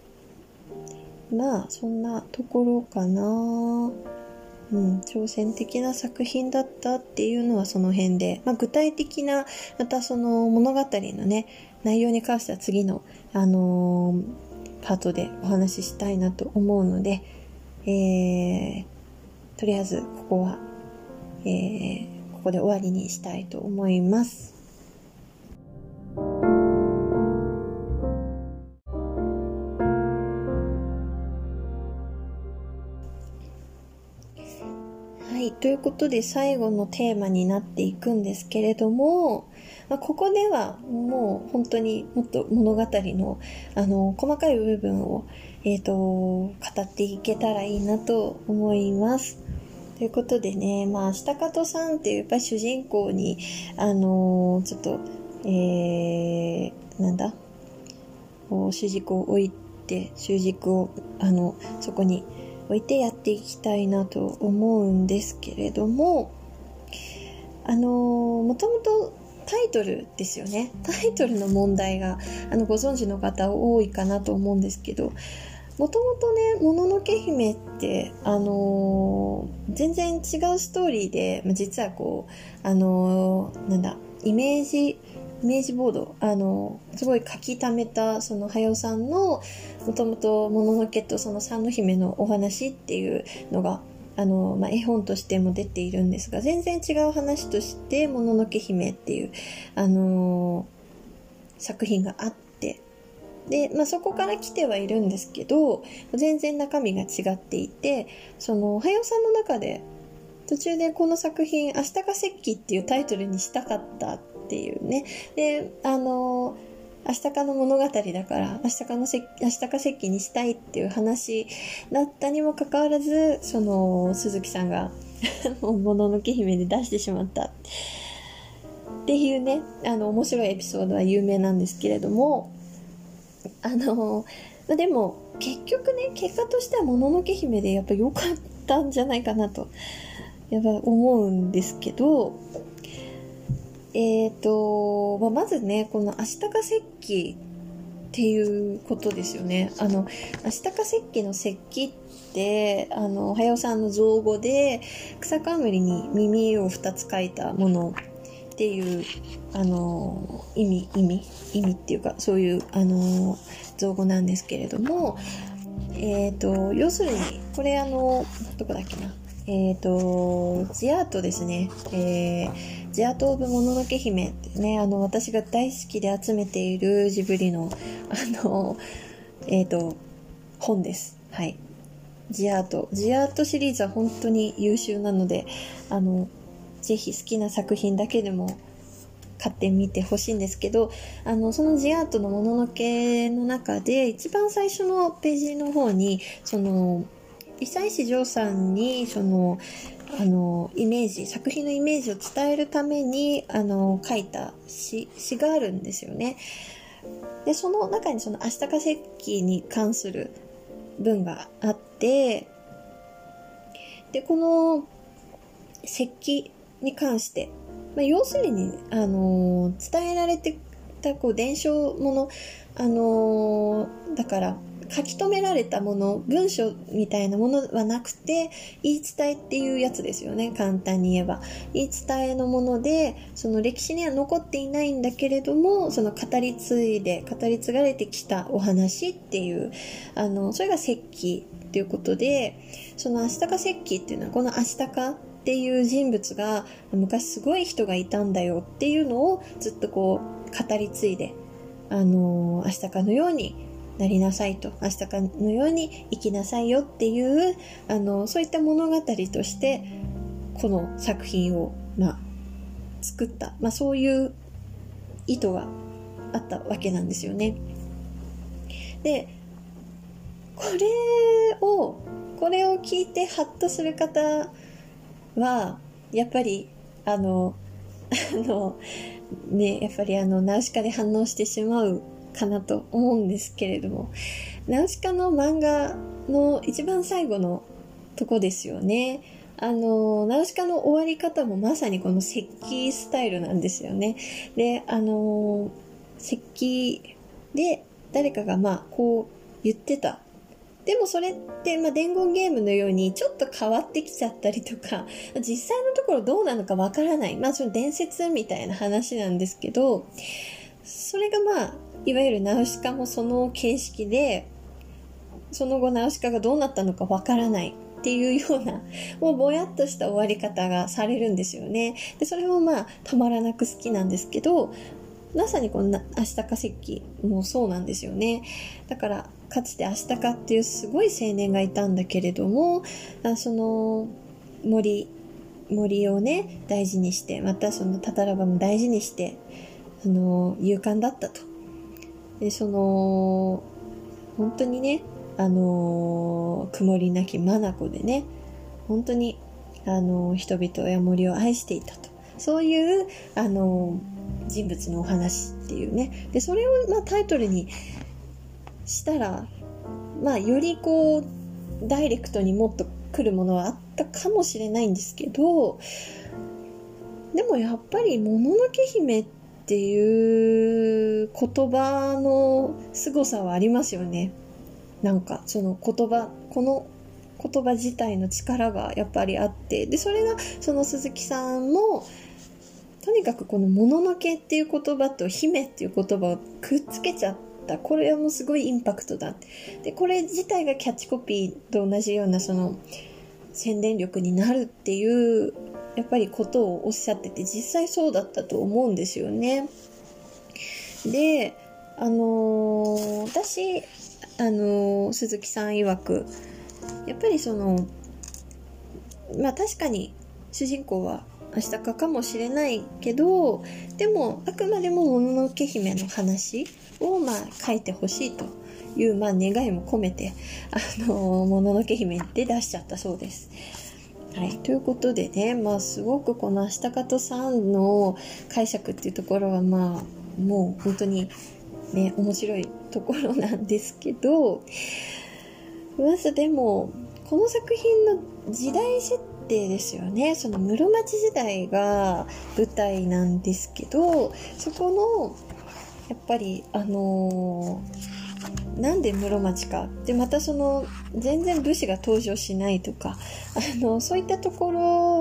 まあそんなところかな。うん、挑戦的な作品だったっていうのはその辺で、まあ、具体的なまたその物語のね内容に関しては次の、あのー、パートでお話ししたいなと思うので、えー、とりあえずここは、えー、ここで終わりにしたいと思います。はい、ということで最後のテーマになっていくんですけれども、まあ、ここではもう本当にもっと物語の、あの細かい部分を、えーと、語っていけたらいいなと思います。ということでね、まあ、アシタカトさんっていうやっぱり主人公に、あのー、ちょっと、えー、なんだ、主軸を置いて、主軸を、あの、そこに置いてやっていきたいなと思うんですけれども、あのー、もともとタイトルですよね。タイトルの問題が、あの、ご存知の方多いかなと思うんですけど、もともとね、もののけ姫って、あのー、全然違うストーリーで、実はこう、あのー、なんだ、イメージ、イメージボード、あのー、すごい書き溜めた、その、はよさんの、もともともののけとその三の姫のお話っていうのが、あのー、まあ、絵本としても出ているんですが、全然違う話として、もののけ姫っていう、あのー、作品があって、で、まあ、そこから来てはいるんですけど、全然中身が違っていて、その、はよさんの中で、途中でこの作品、アシタカ石器っていうタイトルにしたかったっていうね。で、あの、アシタカの物語だから、アシタカの石、アシタカ石器にしたいっていう話だったにもかかわらず、その、鈴木さんが、もののけ姫で出してしまった。っていうね、あの、面白いエピソードは有名なんですけれども、あのでも結局ね、結果としてはもののけ姫でやっぱ良かったんじゃないかなとやっぱ思うんですけど、えっと、まあ、まずね、このアシタカ石器っていうことですよね。あのアシタカ石器の石器ってあのはよさんの造語で草冠に耳をふたつ書いたものっていうあの意味意味意味っていうかそういうあの造語なんですけれども、えーと要するにこれあのどこだっけなえーとジアートですね、えー、ジアート・オブ・もののけ姫ってね、あの私が大好きで集めているジブリのあのえーと本です。はい、ジアートジアートシリーズは本当に優秀なので、あのぜひ好きな作品だけでも買ってみてほしいんですけど、あのそのジアートのもののけの中で一番最初のページの方にその久石譲さんにそのあのイメージ作品のイメージを伝えるためにあの書いた詩、詩があるんですよね。でその中にそのアシタカ石器に関する文があって、でこの石器に関して、まあ、要するにあの伝えられてたこう伝承もの、あのだから書き留められたもの、文章みたいなものはなくて言い伝えっていうやつですよね。簡単に言えば言い伝えのもので、その歴史には残っていないんだけれども、その語り継いで語り継がれてきたお話っていう、あのそれが石器っていうことで、そのアシタカ石器っていうのはこのアシタカっていう人物が昔すごい人がいたんだよっていうのをずっとこう語り継いで、あのアシタカのようになりなさいと、アシタカのように生きなさいよっていうあのそういった物語としてこの作品を、まあ、作った、まあ、そういう意図があったわけなんですよね。でこれをこれを聞いてハッとする方はやっぱりあのあのねやっぱりあのナウシカで反応してしまうかなと思うんですけれども、ナウシカの漫画の一番最後のとこですよね。あのナウシカの終わり方もまさにこの石器スタイルなんですよね。であの石器で誰かがまあこう言ってた。でもそれって、まあ、伝言ゲームのようにちょっと変わってきちゃったりとか、実際のところどうなのかわからない、まあその伝説みたいな話なんですけど、それがまあいわゆるナウシカもその形式で、その後ナウシカがどうなったのかわからないっていうような、もうぼやっとした終わり方がされるんですよね。でそれもまあたまらなく好きなんですけど、まさにこのアシタカ石器もそうなんですよね。だからかつてアシタカっていうすごい青年がいたんだけれども、その森森をね大事にして、またそのタタラバも大事にして、あの勇敢だったと。でその本当にね、あの曇りなき眼でね、本当にあの人々や森を愛していたと、そういうあの人物のお話っていうね。でそれをまあタイトルにしたら、まあよりこうダイレクトにもっと来るものはあったかもしれないんですけど、でもやっぱりもののけ姫っていう言葉の凄さはありますよね。なんかその言葉、この言葉自体の力がやっぱりあって、でそれがその鈴木さんもとにかくこのもののけっていう言葉と姫っていう言葉をくっつけちゃった、これはもうすごいインパクトだ。でこれ自体がキャッチコピーと同じようなその宣伝力になるっていうやっぱりことをおっしゃってて、実際そうだったと思うんですよね。であのー、私あのー、鈴木さん曰くやっぱりそのまあ確かに主人公はアシタカかもしれないけど、でもあくまでももののけ姫の話をまあ書いてほしいというまあ願いも込めて、あのー、もののけ姫で出しちゃったそうです。はい、ということでね、まあすごくこのアシタカとさんの解釈っていうところはまあもう本当にね面白いところなんですけど、まずでもこの作品の時代設定ですよね。その室町時代が舞台なんですけど、そこのやっぱりあのー、なんで室町かで、またその全然武士が登場しないとか、あのそういったところ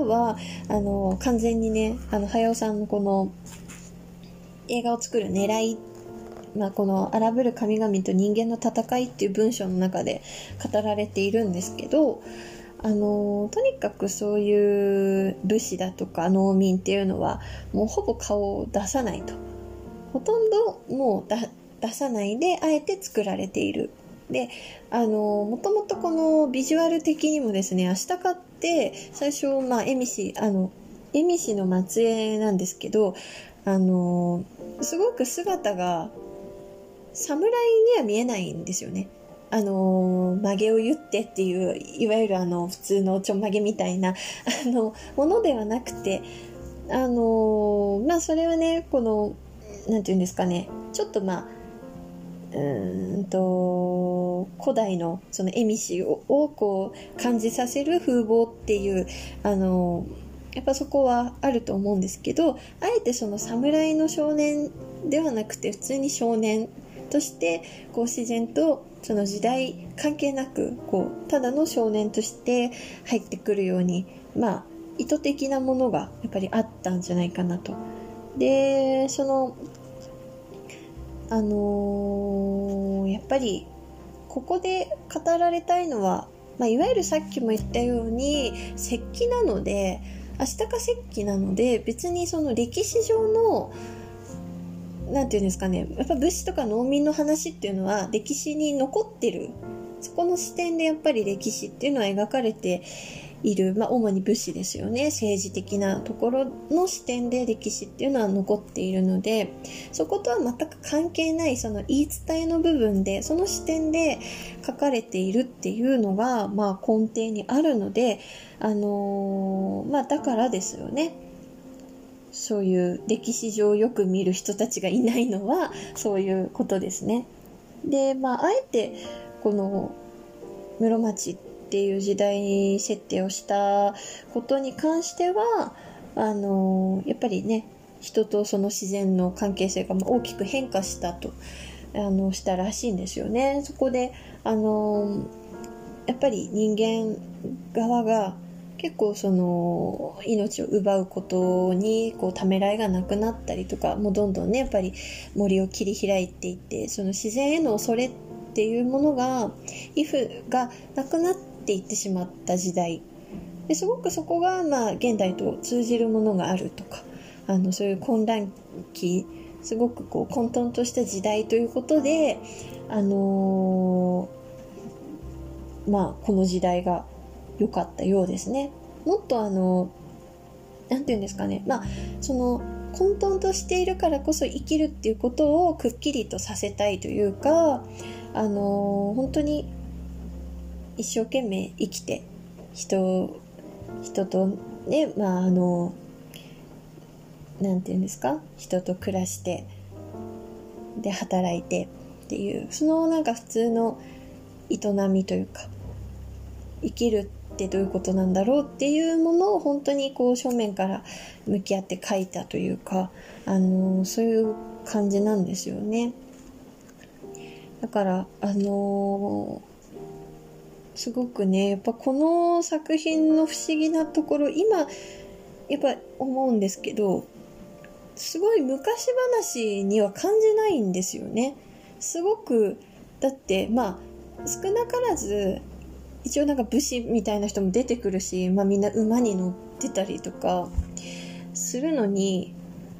ろはあの完全にね、あの早尾さんのこの映画を作る狙い、まあ、この荒ぶる神々と人間の戦いっていう文章の中で語られているんですけど、あのとにかくそういう武士だとか農民っていうのはもうほぼ顔を出さないと、ほとんどもうだ出さないであえて作られている。で、あのもともとこのビジュアル的にもですね、アシタカって最初、まあ、エミシあのエミシの末裔なんですけど、あのすごく姿が侍には見えないんですよね。あの曲げを言ってっていう、いわゆるあの普通のちょんまげみたいなあのものではなくて、あのまあそれはね、このなんていうんですかね、ちょっとまあうーんと古代のそのエミシををこう感じさせる風貌っていう、あのやっぱそこはあると思うんですけど、あえてその侍の少年ではなくて普通に少年としてこう自然とその時代関係なくこうただの少年として入ってくるように、まあ意図的なものがやっぱりあったんじゃないかなと。で、そのあのー、やっぱりここで語られたいのは、まあ、いわゆるさっきも言ったように石器なので、アシタカ石器なので、別にその歴史上のなんていうんですかね、やっぱ武士とか農民の話っていうのは歴史に残ってる、そこの視点でやっぱり歴史っていうのは描かれている、まあ主に武士ですよね。政治的なところの視点で歴史っていうのは残っているので、そことは全く関係ないその言い伝えの部分で、その視点で書かれているっていうのがまあ根底にあるので、あのー、まあだからですよね。そういう歴史上よく見る人たちがいないのはそういうことですね。で、まああえてこの室町っていう時代設定をしたことに関しては、あのやっぱりね、人とその自然の関係性が大きく変化したとあのしたらしいんですよね。そこであのやっぱり人間側が結構その命を奪うことにこうためらいがなくなったりとか、もうどんどんねやっぱり森を切り開いていって、その自然への恐れっていうものがイフがなくなっていってしまった時代ですごくそこがまあ現代と通じるものがあるとか、あのそういう混乱期、すごくこう混沌とした時代ということで、あのー、まあこの時代が良かったようですね。もっとあのなんていうんですかね、まあその混沌としているからこそ生きるっていうことをくっきりとさせたいというか、あの本当に一生懸命生きて人人とね、まああのなんていうんですか、人と暮らしてで働いてっていう、そのなんか普通の営みというか、生きるってどういうことなんだろうっていうものを本当にこう正面から向き合って書いたというか、あのそういう感じなんですよね。だからあのすごくね、やっぱこの作品の不思議なところ、今やっぱ思うんですけど、すごい昔話には感じないんですよね。すごくだってまあ少なからず一応なんか武士みたいな人も出てくるし、まあ、みんな馬に乗ってたりとかするのに、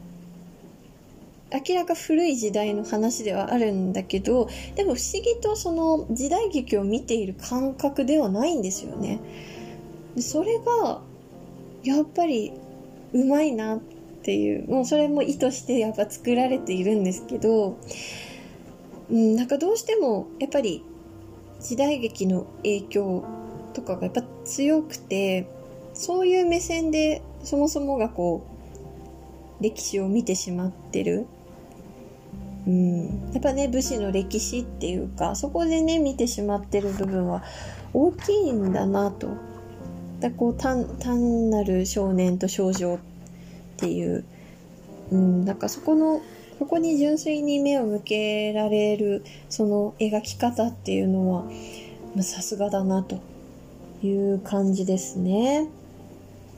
明らか古い時代の話ではあるんだけど、でも不思議とその時代劇を見ている感覚ではないんですよね。でそれがやっぱりうまいなっていう、もうそれも意図してやっぱ作られているんですけど、うん、なんかどうしてもやっぱり時代劇の影響とかがやっぱ強くて、そういう目線でそもそもがこう歴史を見てしまってる、うん、やっぱね武士の歴史っていうか、そこでね見てしまってる部分は大きいんだなと。だこう 単, 単なる少年と少女っていう、うん、なんかそこのここに純粋に目を向けられるその描き方っていうのはさすがだなという感じですね。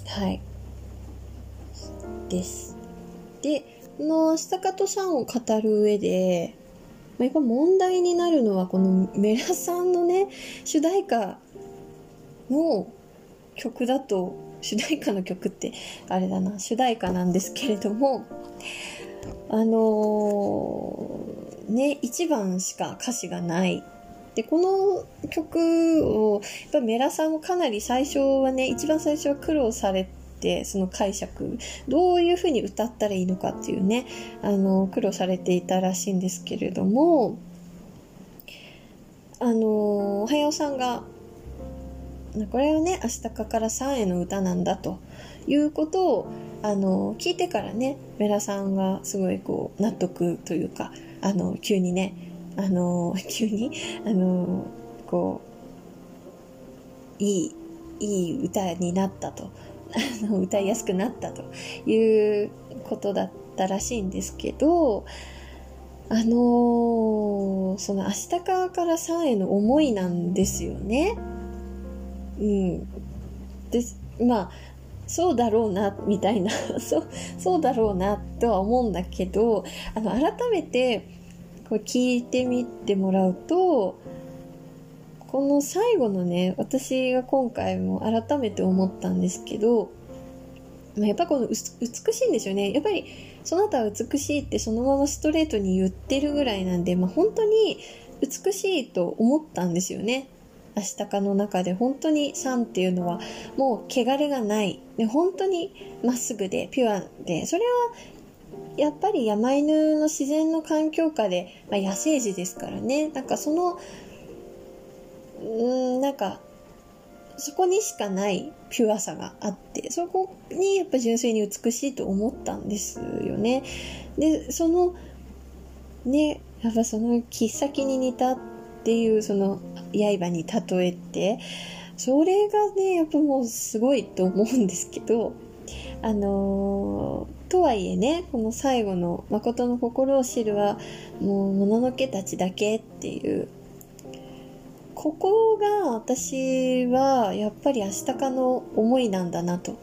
はいです。で、このアシタカとさんを語る上で、やっぱ問題になるのはこのメラさんのね、主題歌の曲だと、主題歌の曲ってあれだな、主題歌なんですけれども、あのー、ね、いちばんしか歌詞がない。で、この曲を、やっぱメラさんもかなり最初はね、一番最初は苦労されて、その解釈、どういう風に歌ったらいいのかっていうね、あの、苦労されていたらしいんですけれども、あの、おはようさんが、これはね、アシタカからさんへの歌なんだということを、あの、聞いてからね、メラさんがすごいこう、納得というか、あの、急にね、あの、急に、あの、こう、いい、いい歌になったと、あの、歌いやすくなったということだったらしいんですけど、あの、そのアシタカからさんへの思いなんですよね。うん。で、まあ、そうだろうな、みたいな、そう、そうだろうな、とは思うんだけど、あの、改めて、こう聞いてみてもらうと、この最後のね、私が今回も改めて思ったんですけど、やっぱこの美しいんですよね。やっぱり、その他は美しいってそのままストレートに言ってるぐらいなんで、まあ、本当に美しいと思ったんですよね。アシタカの中で本当にさんっていうのはもう汚れがない、で本当にまっすぐでピュアで、それはやっぱり山犬の自然の環境下で、まあ、野生児ですからね。なんかそのうーんなんかそこにしかないピュアさがあって、そこにやっぱ純粋に美しいと思ったんですよね。でそのねやっぱその切っ先に似たっていうその刃に例えて、それがねやっぱもうすごいと思うんですけど、あのー、とはいえね、この最後の誠の心を知るはもうもののけたちだけっていう、ここが私はやっぱりアシタカの思いなんだなと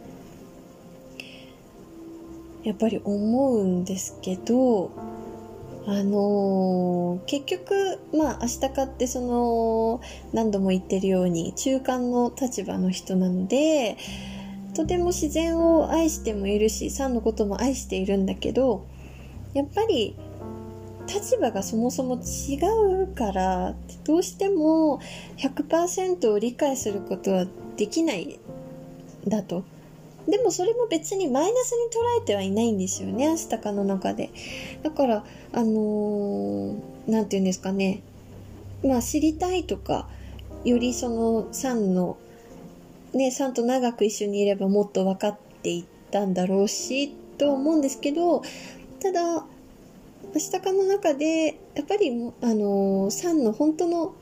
やっぱり思うんですけど、あのー、結局まあアシタカってその何度も言ってるように中間の立場の人なので、とても自然を愛してもいるし、さんのことも愛しているんだけど、やっぱり立場がそもそも違うからどうしても ひゃくパーセント を理解することはできないだと。でもそれも別にマイナスに捉えてはいないんですよね、アシタカの中で。だからあのー、なんていうんですかね、まあ知りたいとか、よりそのさんのね、さんと長く一緒にいればもっと分かっていったんだろうしと思うんですけど、ただアシタカの中でやっぱりあのー、さんの本当の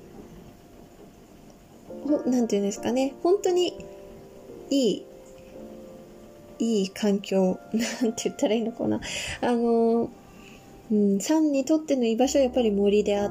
なんていうんですかね、本当にいいいい環境なんて言ったらいいのかな、あのー、うん、さんにとっての居場所はやっぱり森であって、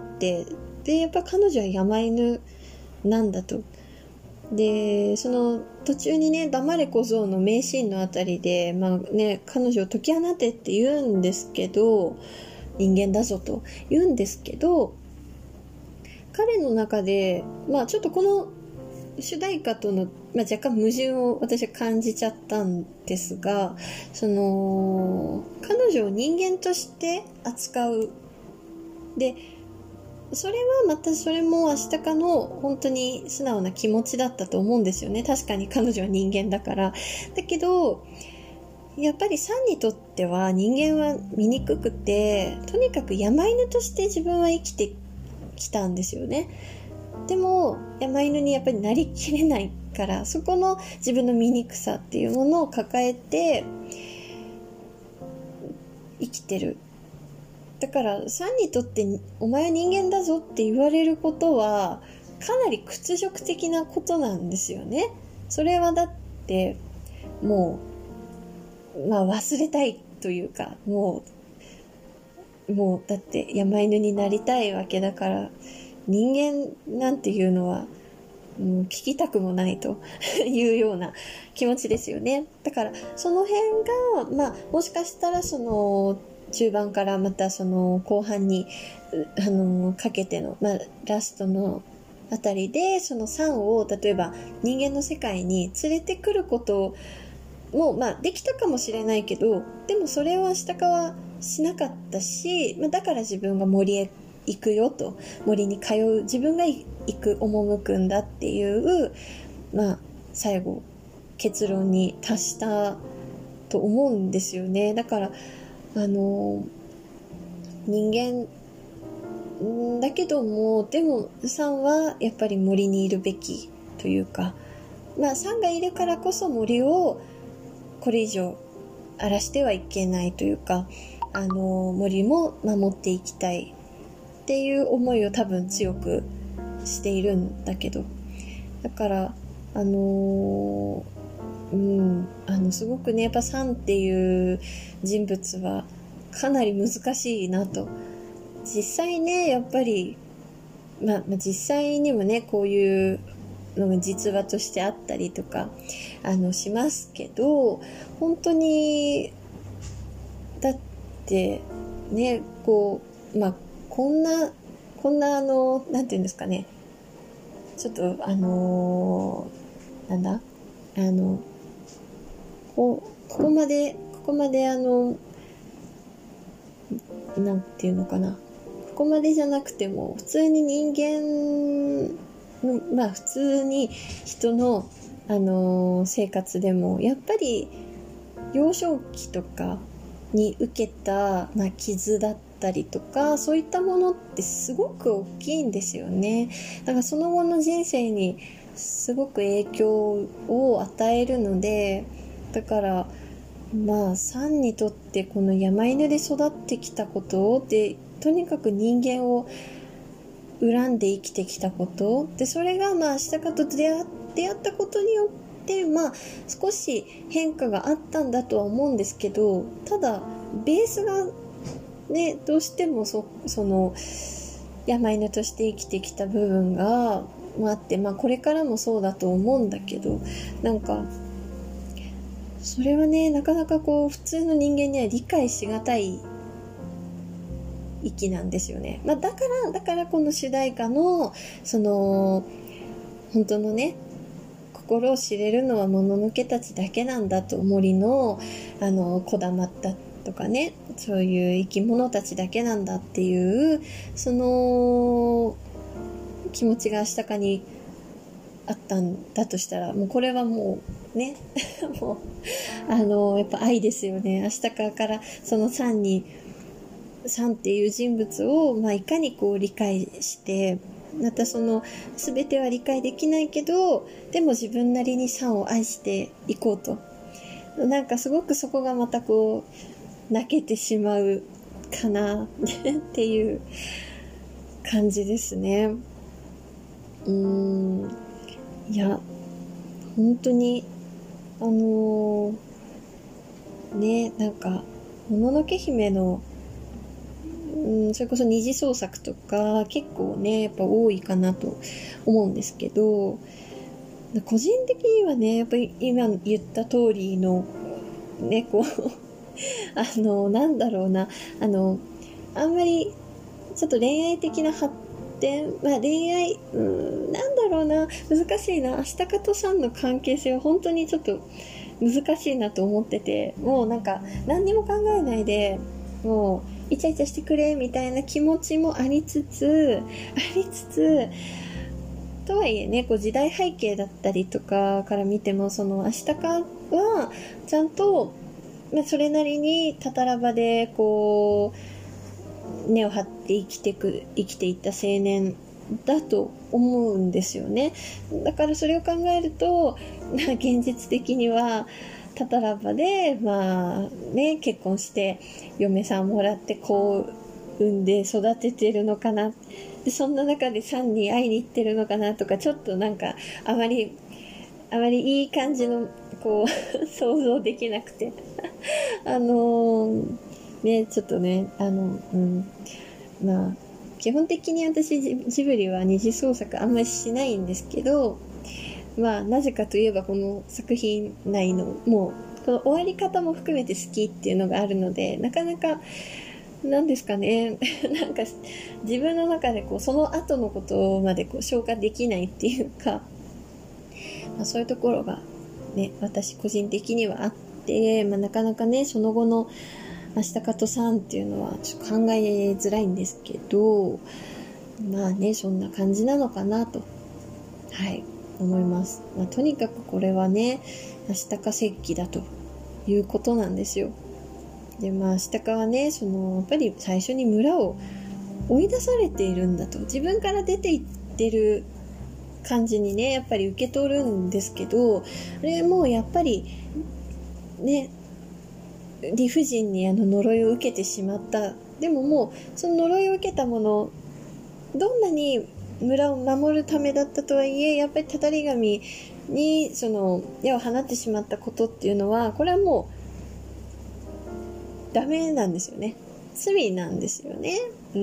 でやっぱ彼女は山犬なんだと。でその途中にね、黙れ小僧の名シーンのあたりで、まあね、彼女を解き放てって言うんですけど、人間だぞと言うんですけど、彼の中でまあちょっとこの主題歌との、まあ、若干矛盾を私は感じちゃったんですが、その彼女を人間として扱う、でそれはまたそれもアシタカの本当に素直な気持ちだったと思うんですよね。確かに彼女は人間だから。だけどやっぱりさんにとっては人間は醜くて、とにかく山犬として自分は生きてきたんですよね。でも山犬にやっぱりなりきれないから、そこの自分の醜さっていうものを抱えて生きてる。だからさんにとってお前は人間だぞって言われることはかなり屈辱的なことなんですよね。それはだってもう、まあ、忘れたいというか、もうもうだって山犬になりたいわけだから、人間なんていうのはうん、聞きたくもないというような気持ちですよね。だからその辺が、まあ、もしかしたらその中盤からまたその後半にあのかけての、まあ、ラストのあたりでそのサンを例えば人間の世界に連れてくることも、まあ、できたかもしれないけど、でもそれをアシタカはしなかったし、まあ、だから自分が森へ行くよと、森に通う自分が行く赴くんだっていう、まあ、最後結論に達したと思うんですよね。だからあの人間だけども、でもサンはやっぱり森にいるべきというか、まあサンがいるからこそ森をこれ以上荒らしてはいけないというか、あの森も守っていきたいっていう思いを多分強くしているんだけど、だからあのー、うんあのすごくね、やっぱサンっていう人物はかなり難しいなと。実際ね、やっぱり、まあ、まあ、実際にもね、こういうのが実話としてあったりとかあのしますけど、本当にだってね、こうまあこんなこんなあのなんていうんですかね、ちょっとあのー、なんだあのこここまでここまであのなんていうのかな、ここまでじゃなくても普通に人間の、まあ普通に人の、あのー、生活でもやっぱり幼少期とかに受けた、まあ、傷だったりとか、そういったものってすごく大きいんですよね。だからその後の人生にすごく影響を与えるので、だからまあサンにとってこの山犬で育ってきたことで、とにかく人間を恨んで生きてきたことで、それがまあアシタカと出会ったことによってまあ少し変化があったんだとは思うんですけど、ただベースがね、どうしても そ, その山犬として生きてきた部分があって、まあこれからもそうだと思うんだけど、なんかそれはね、なかなかこう普通の人間には理解しがたい域なんですよね。まあ、だからだからこの主題歌のその本当のね、心を知れるのはもののけたちだけなんだと、森のあのこだまったとかね、そういう生き物たちだけなんだっていうその気持ちがしたかにあったんだとしたら、もうこれはもうねもうあのやっぱ愛ですよね。明日からそのサンにサンっていう人物を、まあ、いかにこう理解して、またその全ては理解できないけど、でも自分なりにサンを愛していこうと、なんかすごくそこがまたこう泣けてしまうかなっていう感じですね。うーんいや本当にあのー、ね、なんかもののけ姫の、うん、それこそ二次創作とか結構ねやっぱ多いかなと思うんですけど、個人的にはねやっぱり今言った通りのね、こうあのなんだろうな、あのあんまりちょっと恋愛的な発展、まあ恋愛、うーん、なんだろうな、難しいな。アシタカとサンの関係性は本当にちょっと難しいなと思ってて、もうなんか何にも考えないで、もうイチャイチャしてくれみたいな気持ちもありつつ、ありつつ、とはいえね、こう時代背景だったりとかから見ても、そのアシタカはちゃんと、まあ、それなりにタタラバでこう根を張って生きてく生きていった青年だと思うんですよね。だからそれを考えると、現実的にはタタラバでまあね結婚して嫁さんもらって子を産んで育ててるのかな、でそんな中でサンに会いに行ってるのかなとか、ちょっとなんかあまりあまりいい感じのこう想像できなくてあのー、ねちょっとねあのうんまあ基本的に私ジジブリは二次創作あんまりしないんですけど、まあなぜかといえばこの作品内のもうこの終わり方も含めて好きっていうのがあるので、なかなかなんですかねなんか自分の中でこうその後のことまでこう消化できないっていうか、まあ、そういうところがね私個人的にはあって、まあ、なかなかねその後のアシタカトさんっていうのはちょっと考えづらいんですけど、まあねそんな感じなのかなとはい思います。まあ、とにかくこれはねアシタカ石器だということなんですよ。でまあアシタカはねそのやっぱり最初に村を追い出されているんだと、自分から出ていってる感じにねやっぱり受け取るんですけど、あれもうやっぱりね理不尽にあの呪いを受けてしまった。でももうその呪いを受けたもの、どんなに村を守るためだったとはいえやっぱりたたり神にその矢を放ってしまったことっていうのはこれはもうダメなんですよね。罪なんですよね。うん、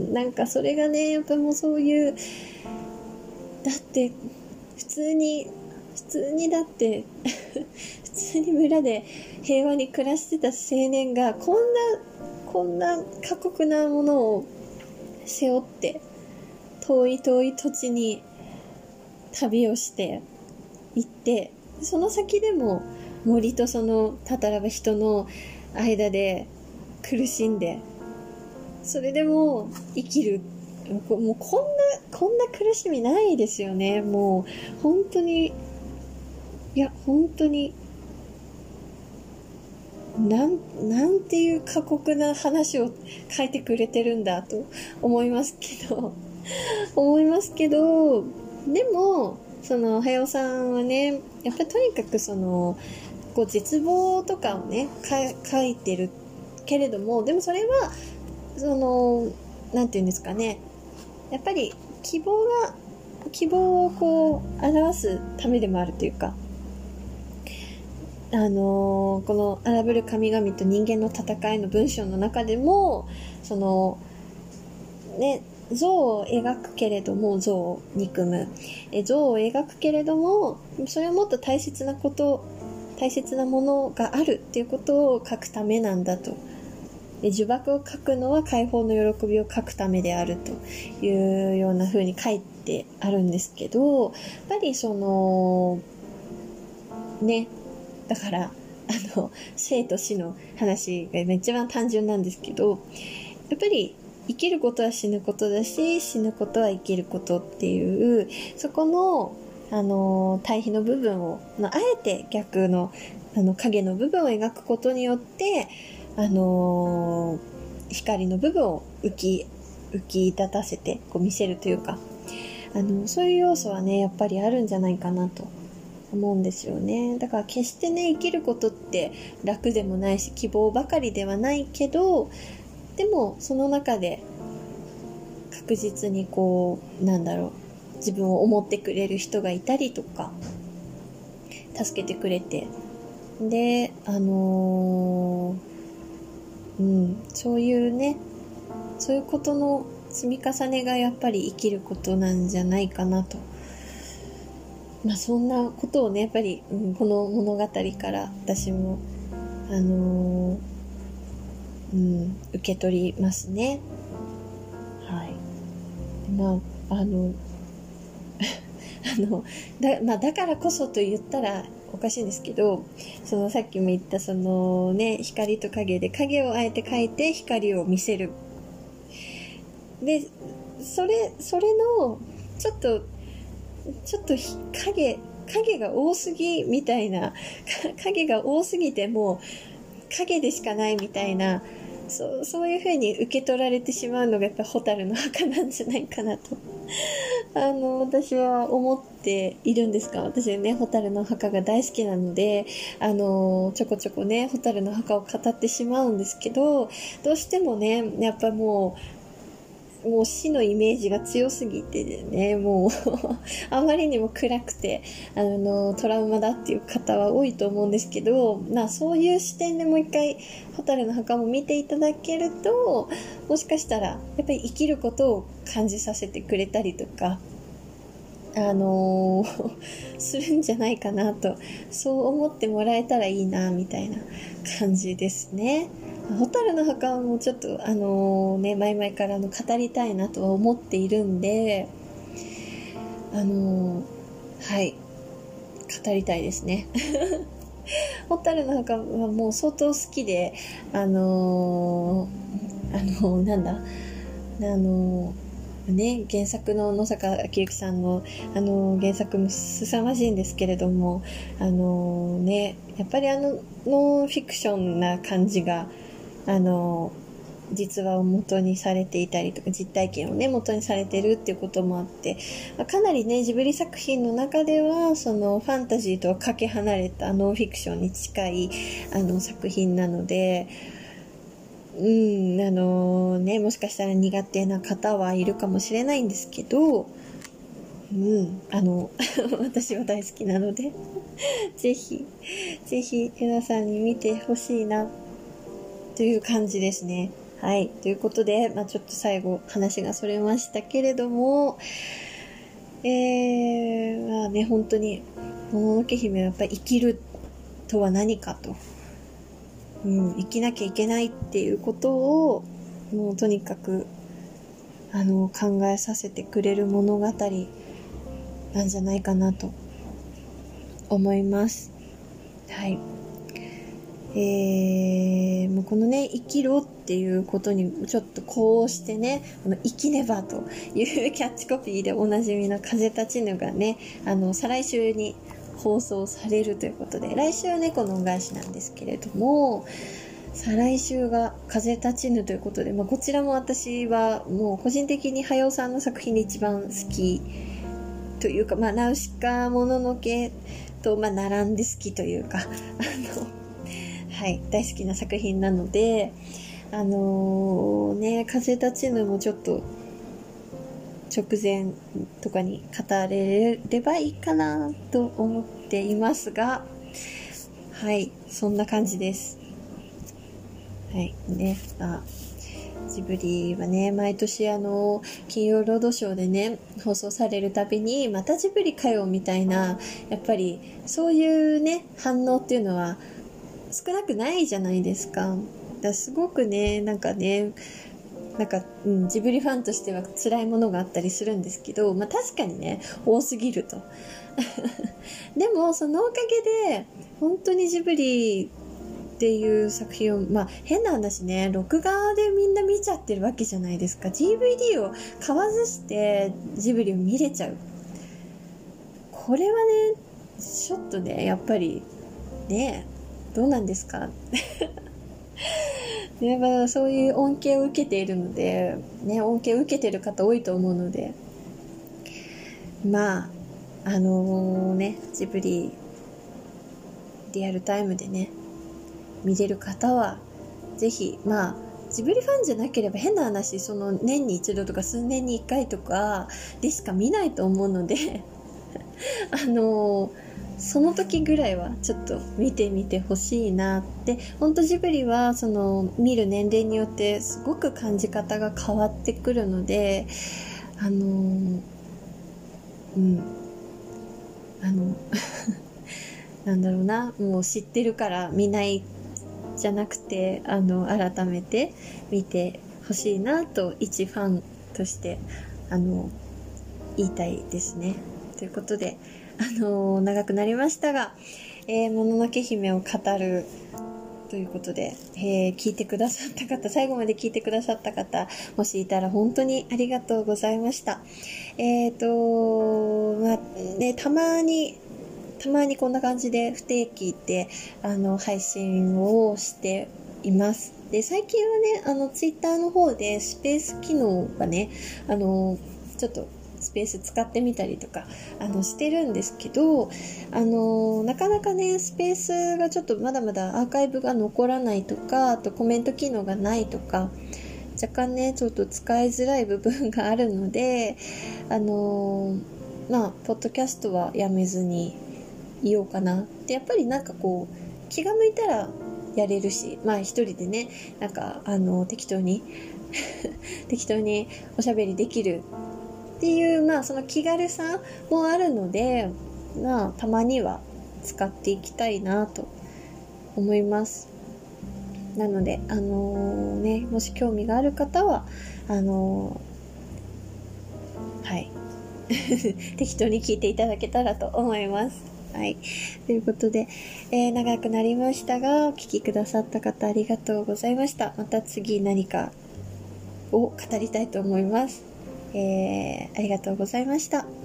なんかそれがねやっぱもうそういうだって普通に普通にだって普通に村で平和に暮らしてた青年がこんなこんな過酷なものを背負って遠い遠い土地に旅をして行って、その先でも森とそのたたらば人の間で苦しんで、それでも生きる、もうこんなこんな苦しみないですよね。もう本当にいや本当になんなんていう過酷な話を書いてくれてるんだと思いますけど思いますけどでもそのはよさんはねやっぱりとにかくそのこう絶望とかをね書いてるけれども、でもそれはそのなんていうんですかね、やっぱり希望が希望をこう表すためでもあるというか、あのー、この荒ぶる神々と人間の戦いの文章の中でもそのね像を描くけれども像を憎むえ像を描くけれどもそれをもっと大切なこと大切なものがあるっていうことを書くためなんだと。で呪縛を書くのは解放の喜びを書くためであるというような風に書いてあるんですけど、やっぱりそのねだからあの生と死の話が一番単純なんですけど、やっぱり生きることは死ぬことだし死ぬことは生きることっていうそこのあの対比の部分をあえて逆のあの影の部分を描くことによってあの光の部分を浮き浮き立たせてこう見せるというか、あのそういう要素はねやっぱりあるんじゃないかなと思うんですよね。だから決してね生きることって楽でもないし希望ばかりではないけど、でもその中で確実にこうなんだろう自分を思ってくれる人がいたりとか助けてくれて、であのー、うんそういうねそういうことの積み重ねがやっぱり生きることなんじゃないかなと。まあそんなことをねやっぱり、うん、この物語から私もあのー、うん受け取りますね。はい。まああのあのだまあだからこそと言ったらおかしいんですけど、そのさっきも言ったそのね光と影で影をあえて描いて光を見せる。でそれそれのちょっとちょっと影影が多すぎみたいな影が多すぎてもう影でしかないみたいな、そう、そういう風に受け取られてしまうのがやっぱり蛍の墓なんじゃないかなとあの私は思っているんですが、私はね蛍の墓が大好きなのであのちょこちょこね蛍の墓を語ってしまうんですけど、どうしてもねやっぱももう死のイメージが強すぎてね、もうあまりにも暗くてあのトラウマだっていう方は多いと思うんですけど、まあそういう視点でもう一回蛍の墓も見ていただけると、もしかしたらやっぱり生きることを感じさせてくれたりとか、あのー、するんじゃないかなと、そう思ってもらえたらいいなみたいな感じですね。蛍の墓もちょっとあのー、ね前々からの語りたいなとは思っているんで、あのー、はい語りたいですね蛍の墓はもう相当好きで、あのー、あのー、なんだあのーね、原作の野坂昭之さんの、あの原作も凄まじいんですけれども、あのね、やっぱりあのノンフィクションな感じが、あの実話を元にされていたりとか、実体験をね元にされてるっていうこともあって、かなりねジブリ作品の中ではそのファンタジーとはかけ離れたノンフィクションに近いあの作品なので、うん、あのね、もしかしたら苦手な方はいるかもしれないんですけど、うん、あの私は大好きなのでぜひぜひ皆さんに見てほしいなという感じですね。はい、ということで、まあ、ちょっと最後話がそれましたけれども、えー、まあね、本当にもののけ姫はやっぱり生きるとは何かと、うん、生きなきゃいけないっていうことをもうとにかくあの考えさせてくれる物語なんじゃないかなと思います。はい。えー、もうこのね生きろっていうことにちょっとこうしてね、この生きねばというキャッチコピーでおなじみの風立ちぬがね、あの再来週に放送されるということで、来週は猫の恩返しなんですけれども、再来週が風立ちぬということで、まあ、こちらも私はもう個人的に早尾さんの作品で一番好きというか、まあ、ナウシカもののけと、まあ、並んで好きというか、あの、はい、大好きな作品なので、あのー、ね、風立ちぬもちょっと直前とかに語れればいいかなと思っていますが、はい、そんな感じです。はいね、あジブリはね、毎年あの金曜ロードショーでね放送されるたびにまたジブリかよみたいな、やっぱりそういうね反応っていうのは少なくないじゃないですか。だからすごくね、なんかねなんか、うん、ジブリファンとしては辛いものがあったりするんですけど、まあ確かにね多すぎるとでもそのおかげで本当にジブリっていう作品を、まあ変な話ね、録画でみんな見ちゃってるわけじゃないですか。 ディーブイディー を買わずしてジブリを見れちゃう。これはねちょっとねやっぱりねどうなんですかね、まあ、そういう恩恵を受けているので、ね、恩恵を受けている方多いと思うので、まああのー、ねジブリリアルタイムでね見れる方はぜひ、まあジブリファンじゃなければ変な話、その年に一度とか数年に一回とかでしか見ないと思うのであのーその時ぐらいはちょっと見てみてほしいなって。本当ジブリはその見る年齢によってすごく感じ方が変わってくるので、あのー、うんあのなんだろうな、もう知ってるから見ないじゃなくて、あの改めて見てほしいなと一ファンとしてあの言いたいですね。ということで、あのー、長くなりましたが、えー、もののけ姫を語るということで、えー、聞いてくださった方、最後まで聞いてくださった方、もしいたら本当にありがとうございました。えーと、まあね、たまにたまにこんな感じで不定期であの配信をしています。で、最近はね、あのツイッターの方でスペース機能がね、あのちょっとスペース使ってみたりとかあのしてるんですけど、あのなかなかねスペースがちょっとまだまだアーカイブが残らないとか、あとコメント機能がないとかっ若干ねちょっと使いづらい部分があるので、あのー、まあポッドキャストはやめずにいようかなって。やっぱりなんかこう気が向いたらやれるし、まあ一人でねなんかあの適当に適当におしゃべりできるっていう、まあその気軽さもあるので、まあたまには使っていきたいなと思います。なのであのー、ねもし興味がある方はあのー、はい適当に聞いていただけたらと思います。はい。ということで、えー、長くなりましたが、お聞きくださった方ありがとうございました。また次何かを語りたいと思います。えー、ありがとうございました。